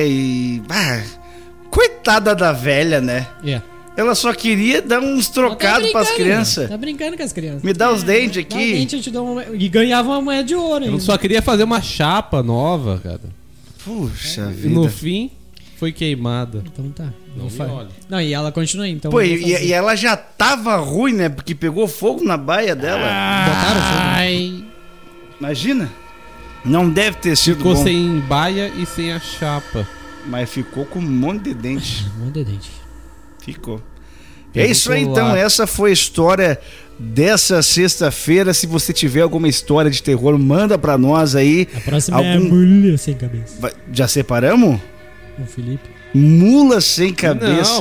Coitada da velha, né? É. Ela só queria dar uns trocados pras crianças. Tá brincando com as crianças. Me dá os dentes Dá um aqui. dente, eu te dou uma... E ganhava uma moeda de ouro Eu ainda. só queria fazer uma chapa nova, cara. Puxa E no vida. fim, foi queimada. Então tá. Não me olhe. Não, e ela continua aí, então. Pô, eu vou fazer. e ela já tava ruim, né? Porque pegou fogo na baia dela. Botaram fogo, né? Ai. Imagina. Não deve ter sido Ficou bom, sem baia e sem a chapa. mas ficou com um monte de dente. Um monte de dente. Ficou. Pegou É isso aí, colar. então. Essa foi a história dessa sexta-feira. Se você tiver alguma história de terror, manda pra nós aí. A próxima é Algum- mulher sem cabeça. Já separamos? O Felipe. Mula sem cabeça.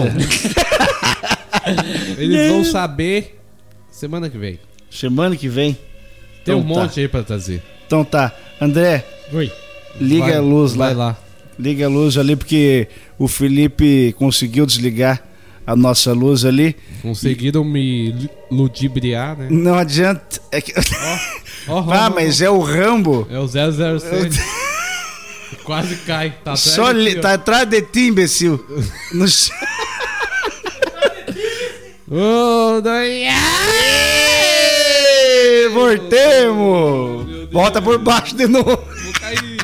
Eles vão saber semana que vem. Semana que vem. Tem Então um tá. monte aí pra trazer. Então tá. André, Oi. liga Vai, a luz lá. Vai lá. Liga a luz ali porque o Felipe conseguiu desligar a nossa luz ali. Conseguiram me ludibriar, né? Não adianta. É que... Ó, mas é o Rambo. É o 007. Quase cai. Tá atrás Só aqui, tá atrás de ti, imbecil. No... ó. Ô, daí. Êêêê, voltemos! Volta por baixo de novo. Vou cair.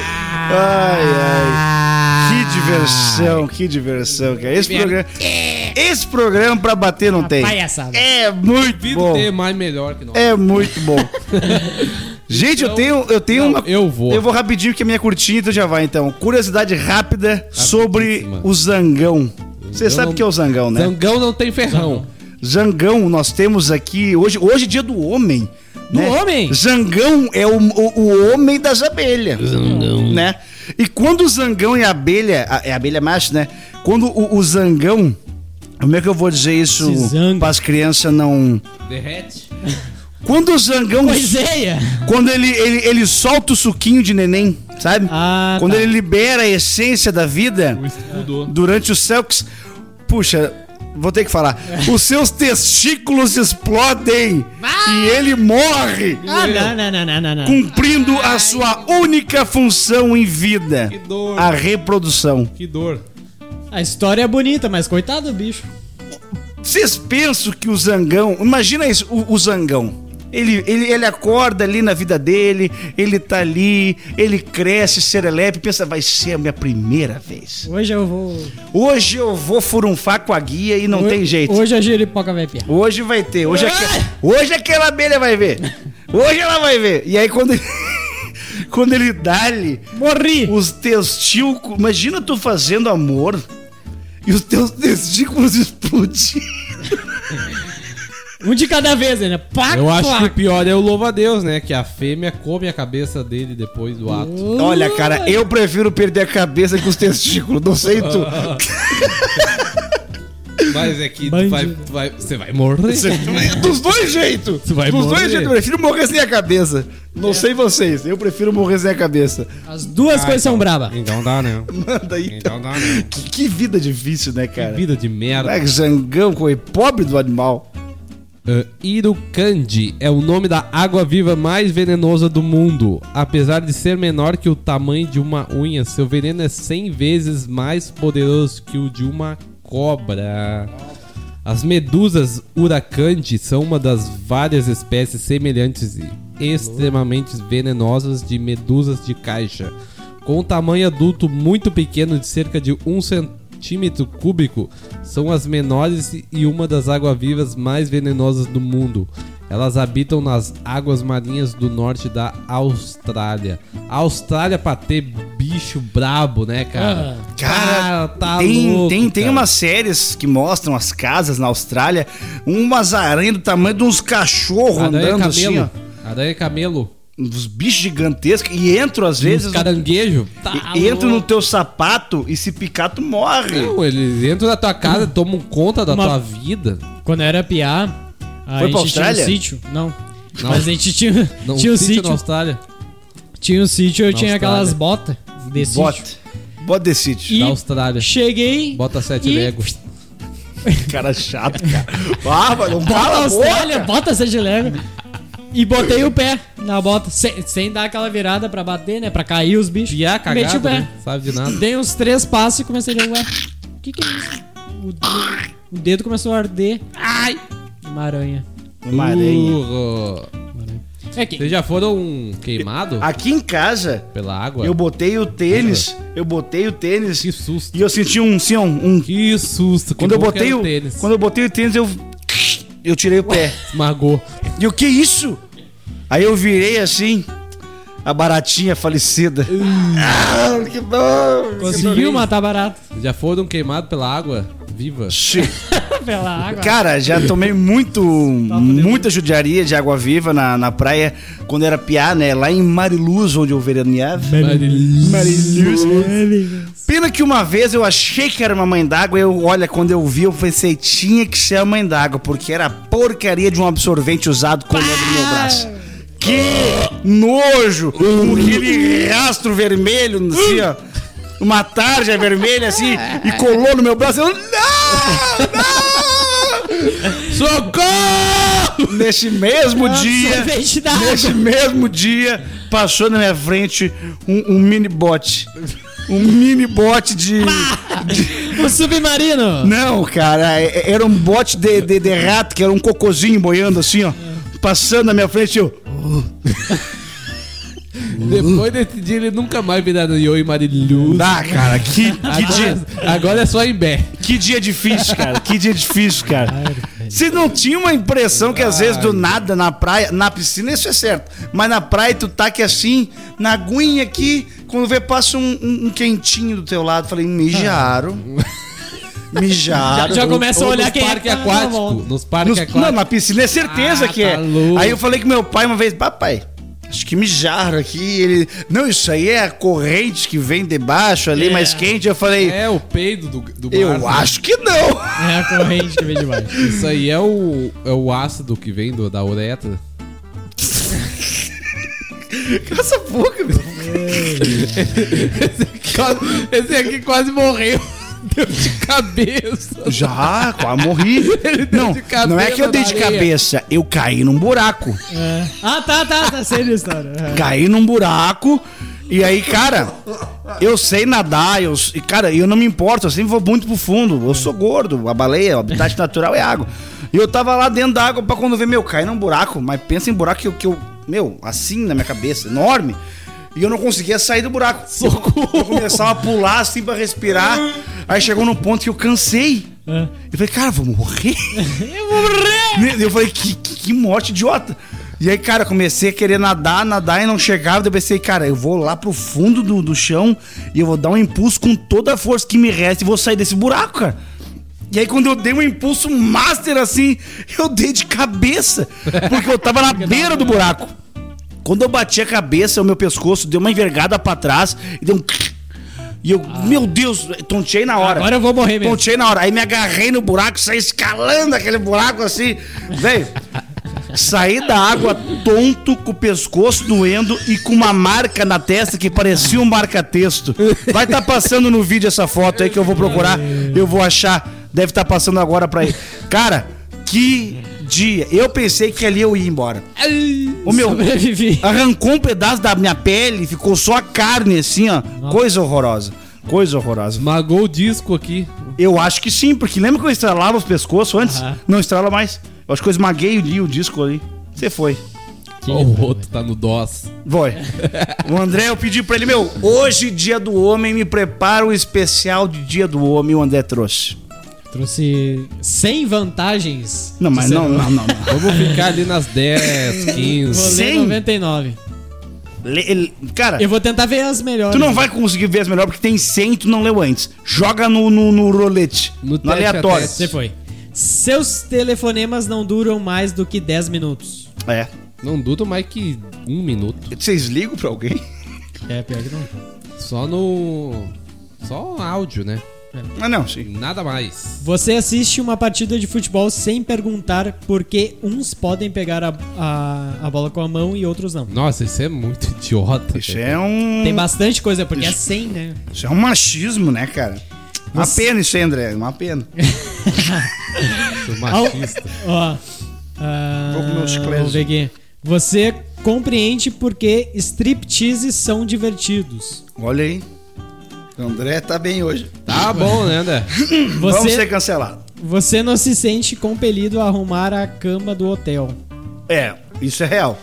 Ai. Que diversão, cara. Esse programa pra bater não tem. Palhaçada. É muito Duvido bom. ter mais melhor que nós. É muito bom. Gente, eu tenho Não, uma. eu vou. Eu vou rapidinho que a minha curtinha então já vai então. Curiosidade rápida sobre o Zangão. Você sabe o que é o Zangão, né? Zangão não tem ferrão. Zangão, nós temos aqui. Hoje é dia do homem. Do né? homem? Zangão é o homem das abelhas. Zangão. Né? E quando o zangão e a abelha. É a abelha macho, né? Quando o zangão. Como é que eu vou dizer isso Se zanga. para as crianças não. Derrete. Quando o zangão. Poiseia. Quando ele solta o suquinho de neném, sabe? Ah, Quando tá. ele libera a essência da vida O escudo. durante o sex. Puxa, vou ter que falar. Os seus testículos explodem e ele morre, Ah, não. cumprindo a sua única função em vida: Que dor. a reprodução. Que dor. A história é bonita, mas coitado do bicho. Vocês pensam que o Zangão... Imagina isso, o Zangão. Ele acorda ali na vida dele, ele tá ali, ele cresce, serelepe, pensa, vai ser a minha primeira vez. Hoje eu vou furunfar com a guia e não tem jeito. Hoje a giripoca vai piar. Hoje vai ter, hoje aquela abelha vai ver. Hoje ela vai ver. E aí quando ele dá-lhe... Morri! Os testículos... Imagina tu fazendo amor e os teus testículos explodindo. Um de cada vez, né? Pá, eu acho que o pior é o louva-a-Deus, né? Que a fêmea come a cabeça dele depois do ato. Olha, cara, eu prefiro perder a cabeça que os testículos. Não sei tu. Mas é que você vai morrer. Dos dois jeitos. Você vai Dos morrer. dois jeitos. Eu prefiro morrer sem a cabeça. Não sei vocês. Eu prefiro morrer sem a cabeça. As duas coisas são brabas. Então dá, né? Manda aí. Então dá, né? Que vida difícil, né, cara? Que vida de merda. É Zangão, pobre do animal. Irukandi é o nome da água-viva mais venenosa do mundo. Apesar de ser menor que o tamanho de uma unha, seu veneno é 100 vezes mais poderoso que o de uma cobra. As medusas Uracandi são uma das várias espécies semelhantes e extremamente venenosas de medusas de caixa. Com um tamanho adulto muito pequeno de cerca de 1 centímetro cúbico, são as menores e uma das águas-vivas mais venenosas do mundo. Elas habitam nas águas marinhas do norte da Austrália. A Austrália pra ter bicho brabo, né, cara? Cara, tá louco, tem cara. umas séries que mostram as casas na Austrália, umas aranhas do tamanho de uns cachorros andando assim, ó. Aranha camelo. Uns bichos gigantescos e entram às vezes... Caranguejo. Entra no teu sapato e se picar tu morre. Não, eles entram na tua casa, tomam conta da tua vida. Quando eu era piá, a Foi pra gente tinha um Austrália? sítio. Não. Mas a gente tinha um sítio. Na Austrália. Tinha um sítio, eu Na tinha Austrália. aquelas botas de sítio. Bota de sítio. Da Austrália. Cheguei. Bota 7 e- Lego. Cara chato, cara. Ah, mas não Bota fala a Austrália, boca. bota 7 Lego. E botei o pé na bota, sem dar aquela virada pra bater, né? Pra cair os bichos. Piá Meti cagado, o pé. né? Sabe de nada. Dei uns 3 passos e comecei a ver, ué, que é isso? O dedo começou a arder. Ai! Uma aranha. Uma aranha. É que... Vocês já foram queimados Aqui em casa, pela água? eu botei o tênis. Que susto. E eu senti um... Que susto. Quando eu bom que botei era o tênis. Quando eu botei o tênis, eu tirei o pé. Esmagou. E o que é isso? Aí eu virei assim, a baratinha falecida. Que bom! Conseguiu matar barato. Já foram queimados pela água viva? Sim. Pela água. Cara, já tomei muita judiaria de água viva na praia quando era piá, né? Lá em Mariluz, onde eu veraneava. Mariluz. Pena que uma vez eu achei que era uma mãe d'água e quando eu vi, eu pensei, tinha que ser a mãe d'água, porque era a porcaria de um absorvente usado colando no meu braço. Que nojo! Com aquele rastro vermelho, assim, ó. Uma tarja vermelha, assim, e colou no meu braço. Eu, não! Socorro! Nesse mesmo sorvete da água. dia, passou na minha frente um mini bote. Um mini bote de... O submarino. Não, cara, era um bote de rato, que era um cocôzinho boiando assim, ó. Passando na minha frente, eu... Depois desse dia ele nunca mais virá no Yo e Mariluz. Ah, cara, que dia... Agora é só em Bé. Que dia difícil, cara. Que dia difícil, cara. Você não tinha uma impressão que às vezes do nada na praia, na piscina isso é certo, mas na praia tu tá que assim, na aguinha aqui, quando vê passa um quentinho do teu lado, falei, mijaram. Mijaram. Já começa a olhar nos quem parques é que tá na aquáticos. volta. Nos parques aquáticos. Não, na piscina é certeza que é. tá louco. Aí eu falei com meu pai uma vez, papai, acho que mijaram aqui. Ele, não, isso aí é a corrente que vem de baixo ali, mais quente. Eu falei, É o peido do eu mar, né? acho que não. É a corrente que vem de baixo. Isso aí é o ácido que vem da uretra. Cala essa boca, meu. Esse aqui quase morreu. Deu de cabeça. Já, quase morri. Não, de cabeça não é que eu dei de na areia. cabeça, eu caí num buraco. Ah, tá, sei da história. É. Caí num buraco E aí, cara, eu sei nadar, eu não me importo, eu sempre vou muito pro fundo. Eu sou gordo, a baleia, o habitat natural é água. E eu tava lá dentro da água pra quando ver, cair num buraco, mas pensa em buraco que eu assim na minha cabeça, enorme. E eu não conseguia sair do buraco. Socorro! Eu começava a pular assim pra respirar. Aí chegou num ponto que eu cansei. Eu falei, cara, vou morrer. Eu vou morrer! Eu falei, que morte idiota. E aí, cara, comecei a querer nadar e não chegava. Eu pensei, cara, eu vou lá pro fundo do chão e eu vou dar um impulso com toda a força que me resta e vou sair desse buraco, cara. E aí, quando eu dei um impulso master assim, eu dei de cabeça, porque eu tava na beira do buraco. Quando eu bati a cabeça, o meu pescoço deu uma envergada pra trás e deu um... E eu, meu Deus, tontei na hora. Agora eu vou morrer mesmo. Tontei na hora. Aí me agarrei no buraco, saí escalando aquele buraco assim. Velho, saí da água tonto, com o pescoço doendo e com uma marca na testa que parecia um marca-texto. Vai estar passando no vídeo essa foto aí que eu vou procurar. Eu vou achar. Deve estar passando agora pra aí. Cara, que dia. Eu pensei que ali eu ia embora. O meu arrancou um pedaço da minha pele, ficou só a carne assim, ó. Coisa horrorosa. Coisa horrorosa. Esmagou o disco aqui. Eu acho que sim, porque lembra que eu estralava os pescoços antes? Não estrala mais. Eu acho que eu esmaguei o disco ali. Você foi. O outro tá no DOS. Foi. O André, eu pedi pra ele, hoje, dia do homem, me prepara o especial de dia do homem, o André trouxe. Trouxe 100 vantagens. Não, mas não. Vamos ficar ali nas 10, 15. Vou ler 100? 99. Cara, Eu vou tentar ver as melhores. tu não vai conseguir ver as melhores porque tem 100 e tu não leu antes. Joga no rolete, no teste aleatório. a Você foi. Seus telefonemas não duram mais do que 10 minutos. É. Não dura mais que 1 minuto. Vocês ligam pra alguém? É, pior que não. Só áudio, né? Ah, não, sim. Nada mais. Você assiste uma partida de futebol sem perguntar por que uns podem pegar a bola com a mão e outros não. Nossa, isso é muito idiota. Isso é um... Tem bastante coisa, porque é 100, né? Isso é um machismo, né, cara? Uma pena isso aí, André. Uma pena. Sou machista. Ó. Vou comer um chiclete. Vamos ver aqui. Você compreende por que striptease são divertidos. Olha aí. O André tá bem hoje. Tá bom, né, André? Vamos ser cancelados. Você não se sente compelido a arrumar a cama do hotel. É, isso é real.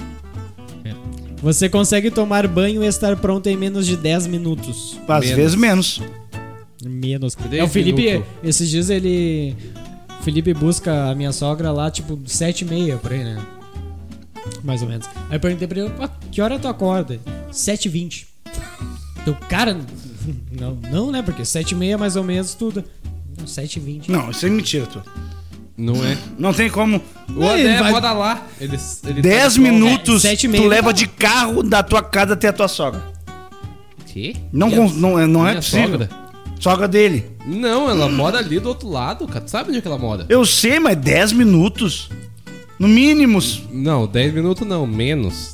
Você consegue tomar banho e estar pronto em menos de 10 minutos. Às vezes menos. Menos. 3 O Felipe, minutos. esses dias ele... O Felipe busca a minha sogra lá, tipo, 7h30 por aí, né? Mais ou menos. Aí eu perguntei pra ele, que hora tu acorda? 7h20. Então, cara... Não, né? Porque 7h30 mais ou menos tudo. 7h20. Não, isso é mentira, tu. Não é? Não tem como. O André mora lá. Ele 10 tá minutos 7h30, tu leva tá. de carro da tua casa até a tua sogra. Quê? Não é Minha possível. sogra? Sogra dele. Não, ela mora ali do outro lado, cara. Tu sabe onde é que ela mora? Eu sei, mas 10 minutos. No mínimo. Não, 10 minutos não, menos.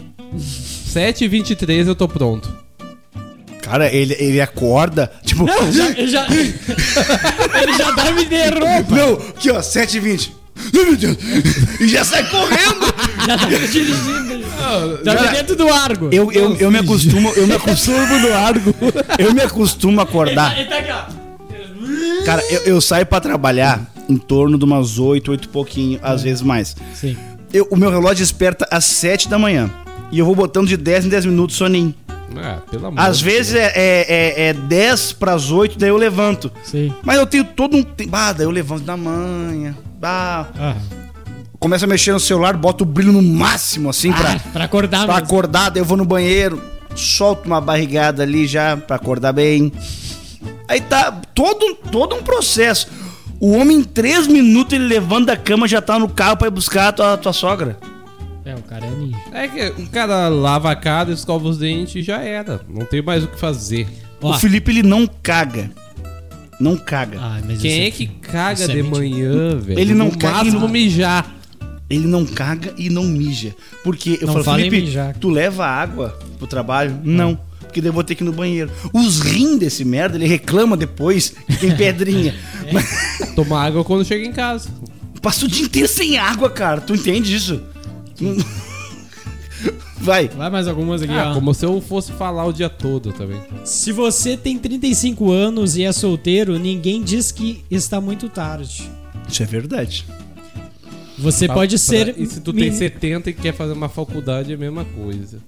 7h23 eu tô pronto. Cara, ele acorda, tipo... Ele já dorme de roupa. Não, aqui ó, 7h20. Ai, meu Deus. E já sai correndo. Já tá dirigindo. Tá dentro do Argo. Eu me acostumo no Argo. Eu me acostumo a acordar. Ele tá aqui, ó. Cara, eu saio pra trabalhar em torno de umas 8 e pouquinho, às vezes mais. Sim. O meu relógio desperta às 7 da manhã. E eu vou botando de 10 em 10 minutos soninho. Ah, pelo amor Às de vezes Deus. é 10 pras 8, daí eu levanto. Sim. Mas eu tenho todo um tempo. Daí eu levanto da manhã. Começo a mexer no celular, boto o brilho no máximo, assim, Pra acordar pra mesmo. acordar. Daí eu vou no banheiro, solto uma barrigada ali já pra acordar bem. Aí tá todo um processo. O homem, em 3 minutos, ele levanta da cama, já tá no carro pra ir buscar a tua sogra. É, o cara é ninja. É que o cara lava a cara, escova os dentes e já era. Não tem mais o que fazer. Ó. O Felipe, ele não caga. Não caga. Mas Quem isso é que caga isso é de mentira. manhã, velho? Ele não No caga e máximo não- mijar. Ele não caga e não mija. Porque eu Não falo, fala em Felipe, mijar. tu leva água pro trabalho? Não. Porque daí eu vou ter que ir no banheiro. Os rins desse merda, ele reclama depois que tem pedrinha. Mas Toma água quando chega em casa. passa o dia inteiro sem água, cara. Tu entende isso? Vai. Vai mais algumas aqui, ó. Como se eu fosse falar o dia todo também. Se você tem 35 anos e é solteiro, ninguém diz que está muito tarde. Isso é verdade. Você pode ser... E se tu tem 70 e quer fazer uma faculdade, é a mesma coisa.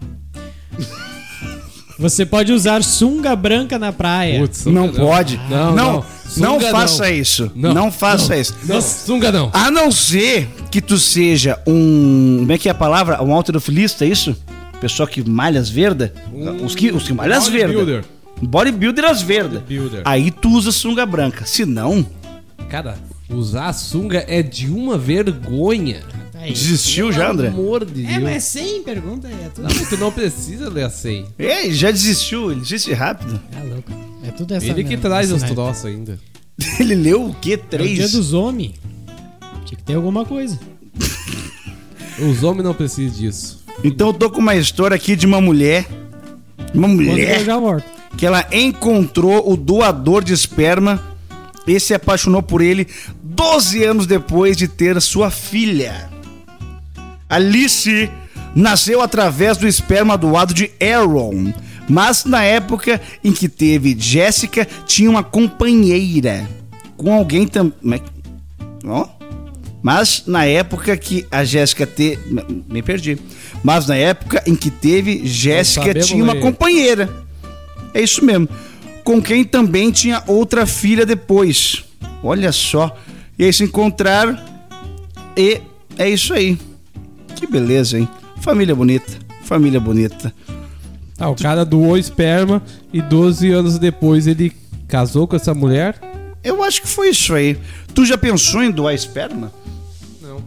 Você pode usar sunga branca na praia. Putz, Não sunga pode. Não Sunga faça isso. Não faça isso. Não, sunga não. A não ser que tu seja um... Como é que é a palavra? Um halterofilista, é isso? Pessoal que malha as verdas? Os que malham as verdas. Bodybuilder as verdas. Bodybuilder. Aí tu usa sunga branca. Se não... Cara, usar a sunga é de uma vergonha. Aí. Desistiu já, André? Pelo amor de Deus. É, mas sem pergunta é tudo. Não, tu não precisa ler a 100. Ei, já desistiu. Ele desiste rápido. É louco. É tudo essa Ele que merda, traz os essa merda. troços ainda. Ele leu o quê? É o dia 3? dos homens. Tinha que ter alguma coisa. Os homens não precisam disso. Então eu tô com uma história aqui de uma mulher. Uma Quando eu mulher já volto. que ela encontrou o doador de esperma e se apaixonou por ele 12 anos depois de ter sua filha. Alice nasceu através do esperma doado de Aaron, mas na época em que teve Jessica, tinha uma companheira com alguém também. Mas na época que a Jéssica teve... Me perdi. Mas na época em que teve Jéssica, sabemos tinha uma ler. companheira. É isso mesmo. Com quem também tinha outra filha depois. Olha só. E aí se encontraram e é isso aí. Que beleza, hein? Família bonita. Família bonita. O cara doou esperma e 12 anos depois ele casou com essa mulher? Eu acho que foi isso aí. Tu já pensou em doar esperma? Não.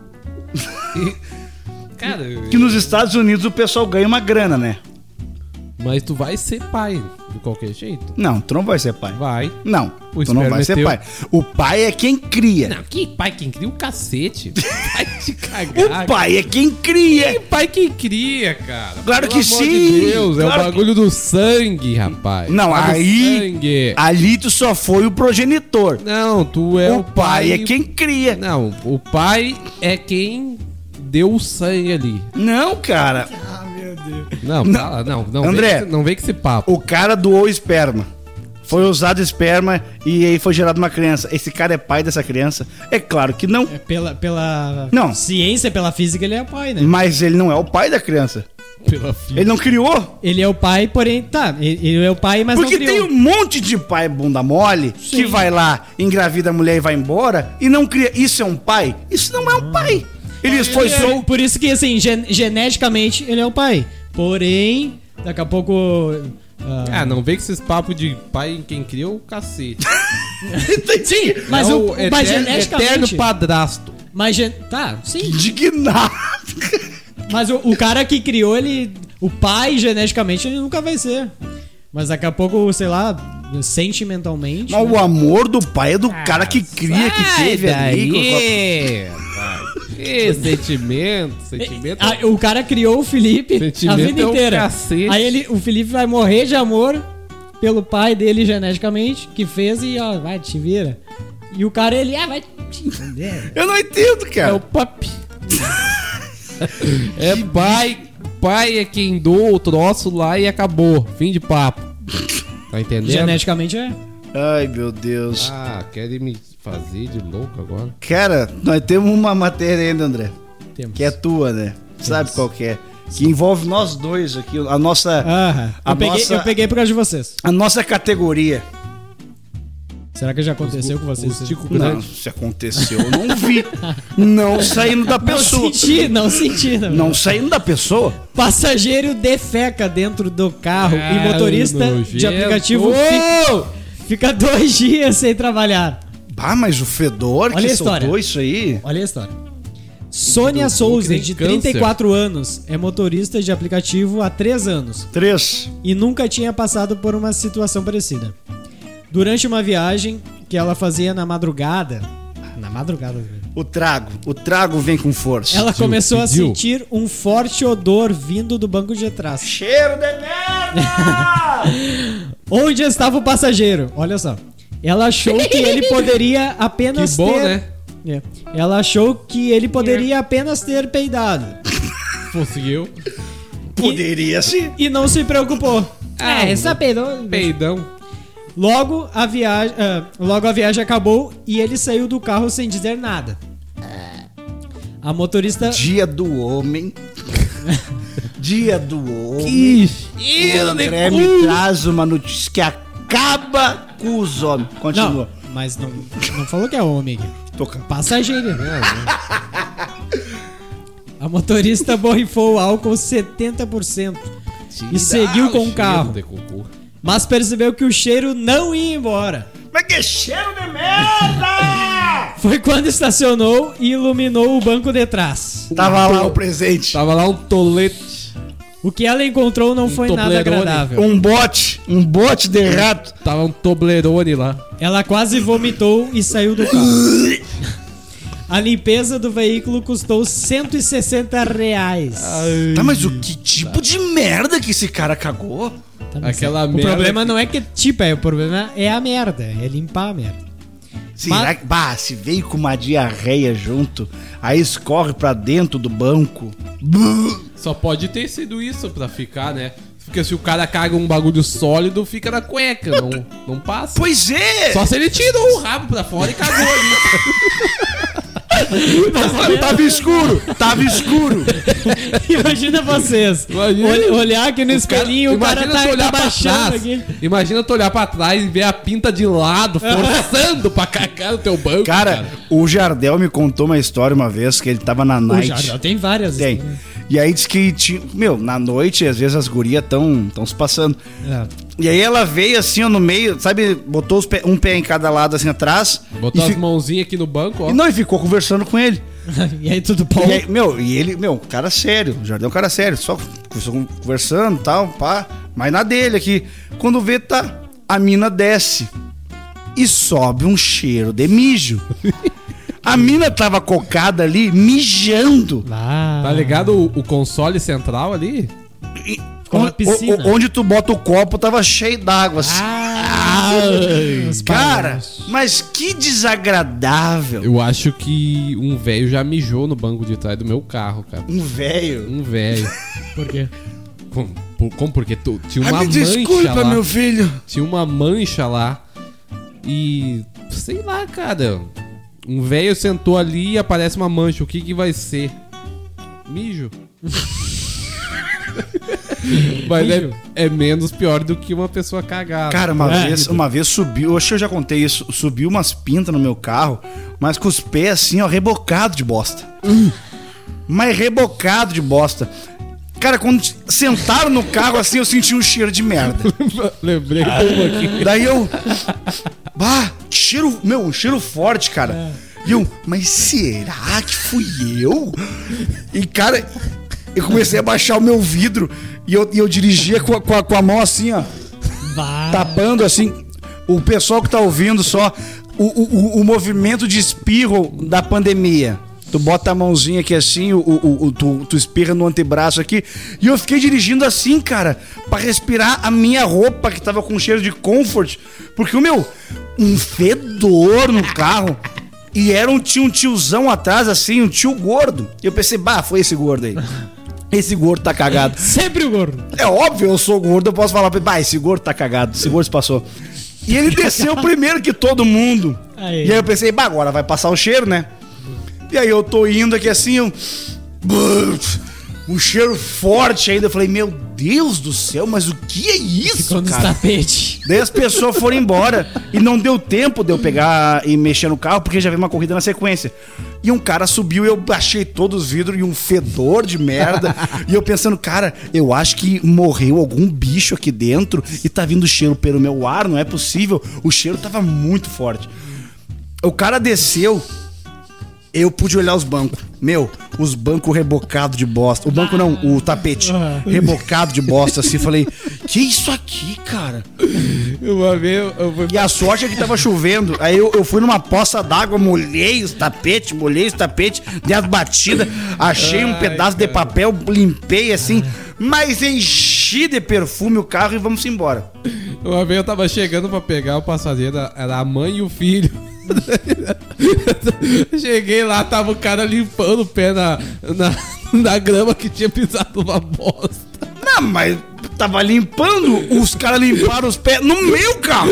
Cara, Que nos Estados Unidos o pessoal ganha uma grana, né? mas tu vai ser pai de qualquer jeito. Não, tu não vai ser pai. Vai. Não, O tu não esperma vai é ser teu. pai. O pai é quem cria. Não, que pai quem cria o cacete. Vai te cagar. O pai é quem cria. Que pai quem cria, cara. Claro Pelo que amor sim, de Deus, claro é o bagulho do sangue, rapaz. Não, Tá no aí... sangue. Ali tu só foi o progenitor. Não, tu é O pai é quem cria. Não, o pai é quem deu o sangue ali. Não, cara. Não, fala, não. André. Não vem com esse papo. O cara doou esperma. Foi usado esperma e aí foi gerada uma criança. Esse cara é pai dessa criança? É claro que não. É pela Não. ciência, pela física, ele é o pai, né? Mas ele não é o pai da criança. Pela filha. Ele não criou. Ele é o pai, porém... Tá, ele é o pai, mas Porque não tem criou. um monte de pai bunda mole que vai lá, engravida a mulher e vai embora e não cria. Isso é um pai? Isso não é um pai. Ele foi só. Por isso que, assim, geneticamente, ele é o pai. Porém, daqui a pouco... Não vem com esses papos de pai em quem criou o cacete. Sim, mas, É o, mas eterno geneticamente... padrasto. Mas, tá, sim. Indignado. Mas o cara que criou, ele... O pai, geneticamente, ele nunca vai ser. Mas daqui a pouco, sei lá, sentimentalmente... Mas né? o amor do pai é do cara que cria, que teve ali. Sentimento. O cara criou o Felipe Sentimento a vida é um inteira. cacete. Aí o Felipe vai morrer de amor pelo pai dele geneticamente, que fez e ó, vai, te vira. E o cara, ele, vai te entender. Eu não entendo, É cara. o papi. É pai. Pai é quem doa o troço lá e acabou. Fim de papo. Tá entendendo? Geneticamente é. Ai, meu Deus. Querem me fazer de louco agora? Cara, nós temos uma matéria ainda, André. Temos. Que é tua, né? Sabe qual que é? Que envolve nós dois aqui. A nossa. Aham. Eu peguei por causa de vocês. A nossa categoria. Será que já aconteceu com vocês? Tico Não, grande. se aconteceu, eu não vi. Não saindo da pessoa. Não senti. Não saindo da pessoa. Passageiro defeca dentro do carro e motorista de nojento. aplicativo fica 2 dias sem trabalhar. Ah, mas o fedor Olha que a história. soltou isso aí. Olha a história. Sônia Souza, de 34 anos, é motorista de aplicativo há 3 anos 3. e nunca tinha passado por uma situação parecida. Durante uma viagem que ela fazia na madrugada, O trago vem com força. ela começou a pediu. sentir um forte odor vindo do banco de trás. Cheiro de merda! Onde estava o passageiro? Olha só. Ela achou que ele poderia apenas Que bom, ter... né? É. Ela achou que ele poderia apenas ter peidado. fosse eu. Poderia ser. E não se preocupou. Essa peidão. Peidão. Logo a viagem acabou e ele saiu do carro sem dizer nada. A motorista... Dia do homem. Dia do homem. Que O André me traz uma notícia que acaba com os homens. Continua. Não, mas não falou que é homem. Toca. Passageiro. A motorista borrifou o álcool 70% e seguiu com o carro. Mas percebeu que o cheiro não ia embora. Mas que cheiro de merda! Foi quando estacionou e iluminou o banco de trás. Tava lá o presente. Tava lá um tolete. O que ela encontrou não foi nada Toblerone. agradável. Um bote de rato. Tava um Toblerone lá. Ela quase vomitou e saiu do carro. A limpeza do veículo custou R$160. Tá, mas o que tipo de merda que esse cara cagou? Tá, mas Aquela o merda problema não é que tipo, o problema é a merda, é limpar a merda. Será que... Bah, se veio com uma diarreia junto, aí escorre pra dentro do banco. Só pode ter sido isso pra ficar, né? Porque se o cara caga um bagulho sólido, fica na cueca, não passa. Pois é! Só se ele tirou o rabo pra fora e cagou ali. Tava escuro. Imagina vocês. Olhar aqui no espelhinho, o cara tá baixando aqui. Imagina tu olhar pra trás e ver a pinta de lado, forçando pra cagar no teu banco. Cara, o Jardel me contou uma história uma vez que ele tava na night. O Jardel tem várias. Tem. E aí disse que tinha... Meu, na noite, às vezes as gurias tão se passando. É. E aí ela veio assim, ó, no meio, sabe? Botou um pé em cada lado, assim, atrás. Botou as mãozinhas aqui no banco, ó. E ficou conversando com ele. E aí tudo bom? E ele, cara sério. O Jardel é um cara sério. Só conversando e tal, pá. Mas na dele aqui. Quando vê, tá... A mina desce. E sobe um cheiro de mijo. A mina tava cocada ali, mijando. Tá ligado o console central ali? Com a piscina. Onde tu bota o copo tava cheio d'água. Cara, mas que desagradável. Eu acho que um velho já mijou no banco de trás do meu carro, cara. Um velho. Um velho. Por quê? Como? Porque tinha uma Me mancha desculpa, lá. meu filho. Tinha uma mancha lá. E... sei lá, cara. Um velho sentou ali e aparece uma mancha. O que vai ser? Mijo. Mas é menos pior do que uma pessoa cagar. Cara, uma vez subiu, acho que eu já contei isso, subiu umas pintas no meu carro, mas com os pés assim, ó, rebocado de bosta. Mas rebocado de bosta. Cara, quando sentaram no carro assim, eu senti um cheiro de merda. Lembrei como aqui. Daí eu... Bah, cheiro... Meu, um cheiro forte, cara. E eu... Mas será que fui eu? E, cara... Eu comecei a baixar o meu vidro e eu dirigia com a mão assim, ó. Tapando assim. O pessoal que tá ouvindo só o movimento de espirro da pandemia. Tu bota a mãozinha aqui assim, tu espirra no antebraço aqui. E eu fiquei dirigindo assim, cara, pra respirar a minha roupa que tava com cheiro de comfort. Porque, um fedor no carro. E tinha um tiozão atrás, assim, um tio gordo. E eu pensei, foi esse gordo aí. Esse gordo tá cagado. Sempre o gordo. É óbvio, eu sou gordo, eu posso falar pra ele, esse gordo tá cagado, esse gordo se passou. E ele desceu primeiro que todo mundo. Aí. E aí eu pensei, agora vai passar o cheiro, né? E aí eu tô indo aqui assim, um cheiro forte ainda. Eu falei, meu Deus do céu, mas o que é isso, Ficou nos cara? tapete. Daí as pessoas foram embora e não deu tempo de eu pegar e mexer no carro, porque já veio uma corrida na sequência. E um cara subiu e eu baixei todos os vidros e um fedor de merda. E eu pensando, cara, eu acho que morreu algum bicho aqui dentro e tá vindo cheiro pelo meu ar, não é possível. O cheiro tava muito forte. O cara desceu, eu pude olhar os bancos. Os bancos rebocados de bosta. O banco não, o tapete. Rebocado de bosta, assim. Falei, que isso aqui, cara? E a sorte é que tava chovendo. Aí eu fui numa poça d'água, molhei os tapetes, dei as batidas, achei um pedaço de papel, limpei assim, mas enchi de perfume o carro e vamos embora. Uma vez eu tava chegando pra pegar o passageiro, era a mãe e o filho. Cheguei lá, tava o cara limpando o pé da grama que tinha pisado uma bosta. Não, mas tava limpando, os caras limparam os pés no meu carro.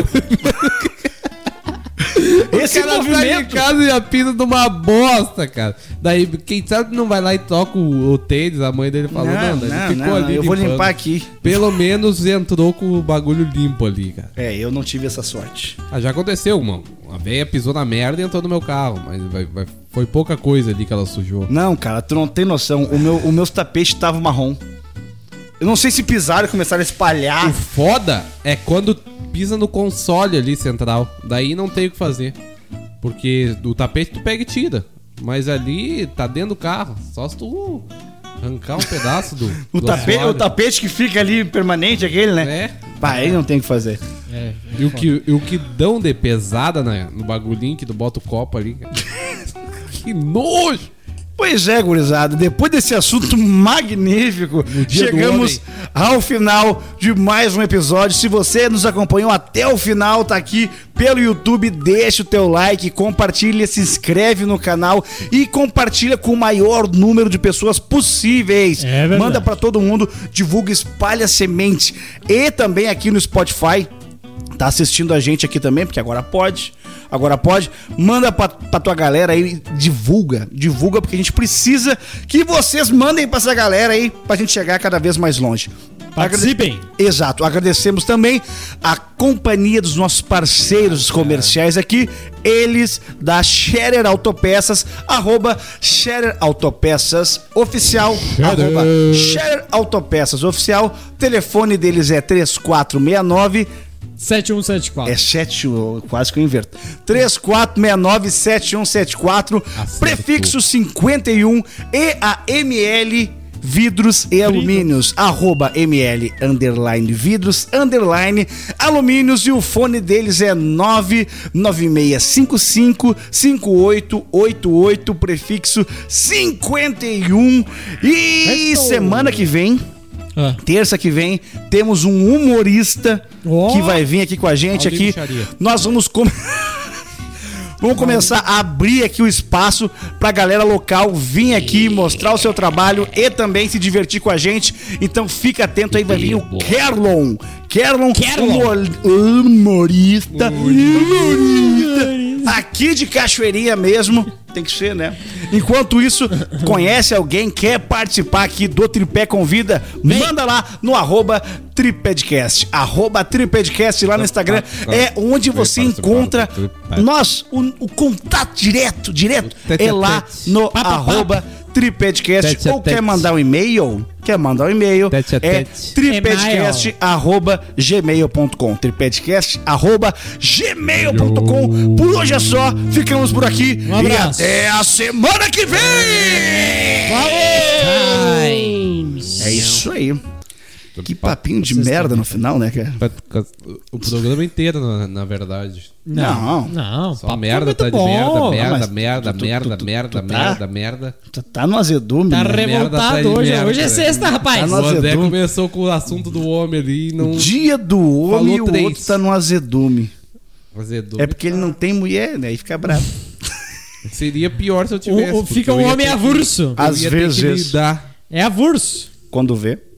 Esse Ela sai de movimento. casa e a pisa de uma bosta, cara. Daí, quem sabe não vai lá e troca o tênis, a mãe dele falou, ele ficou ali eu vou limpando. limpar aqui. Pelo menos entrou com o bagulho limpo ali, cara. É, eu não tive essa sorte. Ah, já aconteceu, mano. A véia pisou na merda e entrou no meu carro, mas foi pouca coisa ali que ela sujou. Não, cara, tu não tem noção. O meus tapetes estavam marrom. Eu não sei se pisaram e começaram a espalhar. O foda é quando pisa no console ali central. Daí não tem o que fazer. Porque o tapete tu pega e tira. Mas ali tá dentro do carro. Só se tu arrancar um pedaço do. O do tapete, assoalho. o tapete que fica ali permanente, aquele, né? É. Pá, aí não tem o que fazer. É. E o que dão de pesada no bagulhinho que tu bota o copo ali. Cara. Que nojo! Pois é, gurizada, depois desse assunto magnífico, Dia do chegamos Homem. ao final de mais um episódio. Se você nos acompanhou até o final, tá aqui pelo YouTube, deixa o teu like, compartilha, se inscreve no canal e compartilha com o maior número de pessoas possíveis. É verdade. Manda pra todo mundo, divulga, espalha a semente. E também aqui no Spotify, tá assistindo a gente aqui também, porque agora pode. Manda pra tua galera aí, divulga, porque a gente precisa que vocês mandem pra essa galera aí, pra gente chegar cada vez mais longe. Participem. Exato, agradecemos também a companhia dos nossos parceiros comerciais aqui, eles da Scherer Autopeças, @Scherer Autopeças Oficial, @Scherer Autopeças Oficial, telefone deles é 3469 7174. É 7, quase que eu inverto. 3469-7174, Acertou. prefixo 51 e a ML Vidros e Alumínios, @ML_vidros_alumínios, e o fone deles é 996555888, prefixo 51. E semana que vem, terça que vem, temos um humorista que vai vir aqui com a gente Aldir aqui. Micharia. Nós vamos vamos começar a abrir aqui o espaço pra galera local vir aqui mostrar o seu trabalho e também se divertir com a gente. Então fica atento aí, vai vir o Kerlon, humorista aqui de Cachoeirinha mesmo. Tem que ser, né? Enquanto isso, conhece alguém, quer participar aqui do Tripé Convida, manda lá no @Tripedcast. @Tripedcast lá no Instagram é onde você encontra o contato direto é lá no @Tripedcast. Ou quer mandar um e-mail? É tripedcast@gmail.com. Tripedcast@gmail.com. Por hoje é só, ficamos por aqui. Um abraço. E até a semana que vem! É isso aí. Que papinho de merda no final, né, cara? O programa inteiro, na verdade. Não. Só papo merda, muito tá de bom. merda, tá? merda. Tá no azedume, Tá né? revoltado de hoje. merda, Hoje é velho. sexta, rapaz. Tá no O André azedume. começou com o assunto do homem ali e não... Dia do homem e o Falou outro 3. tá no azedume. Azedou. É porque ele não tem mulher, né? Aí fica bravo. Seria pior se eu tivesse. porque Fica eu um ia homem ter que- avulso. eu Às ia ter que vezes. lidar. É avulso. Quando vê.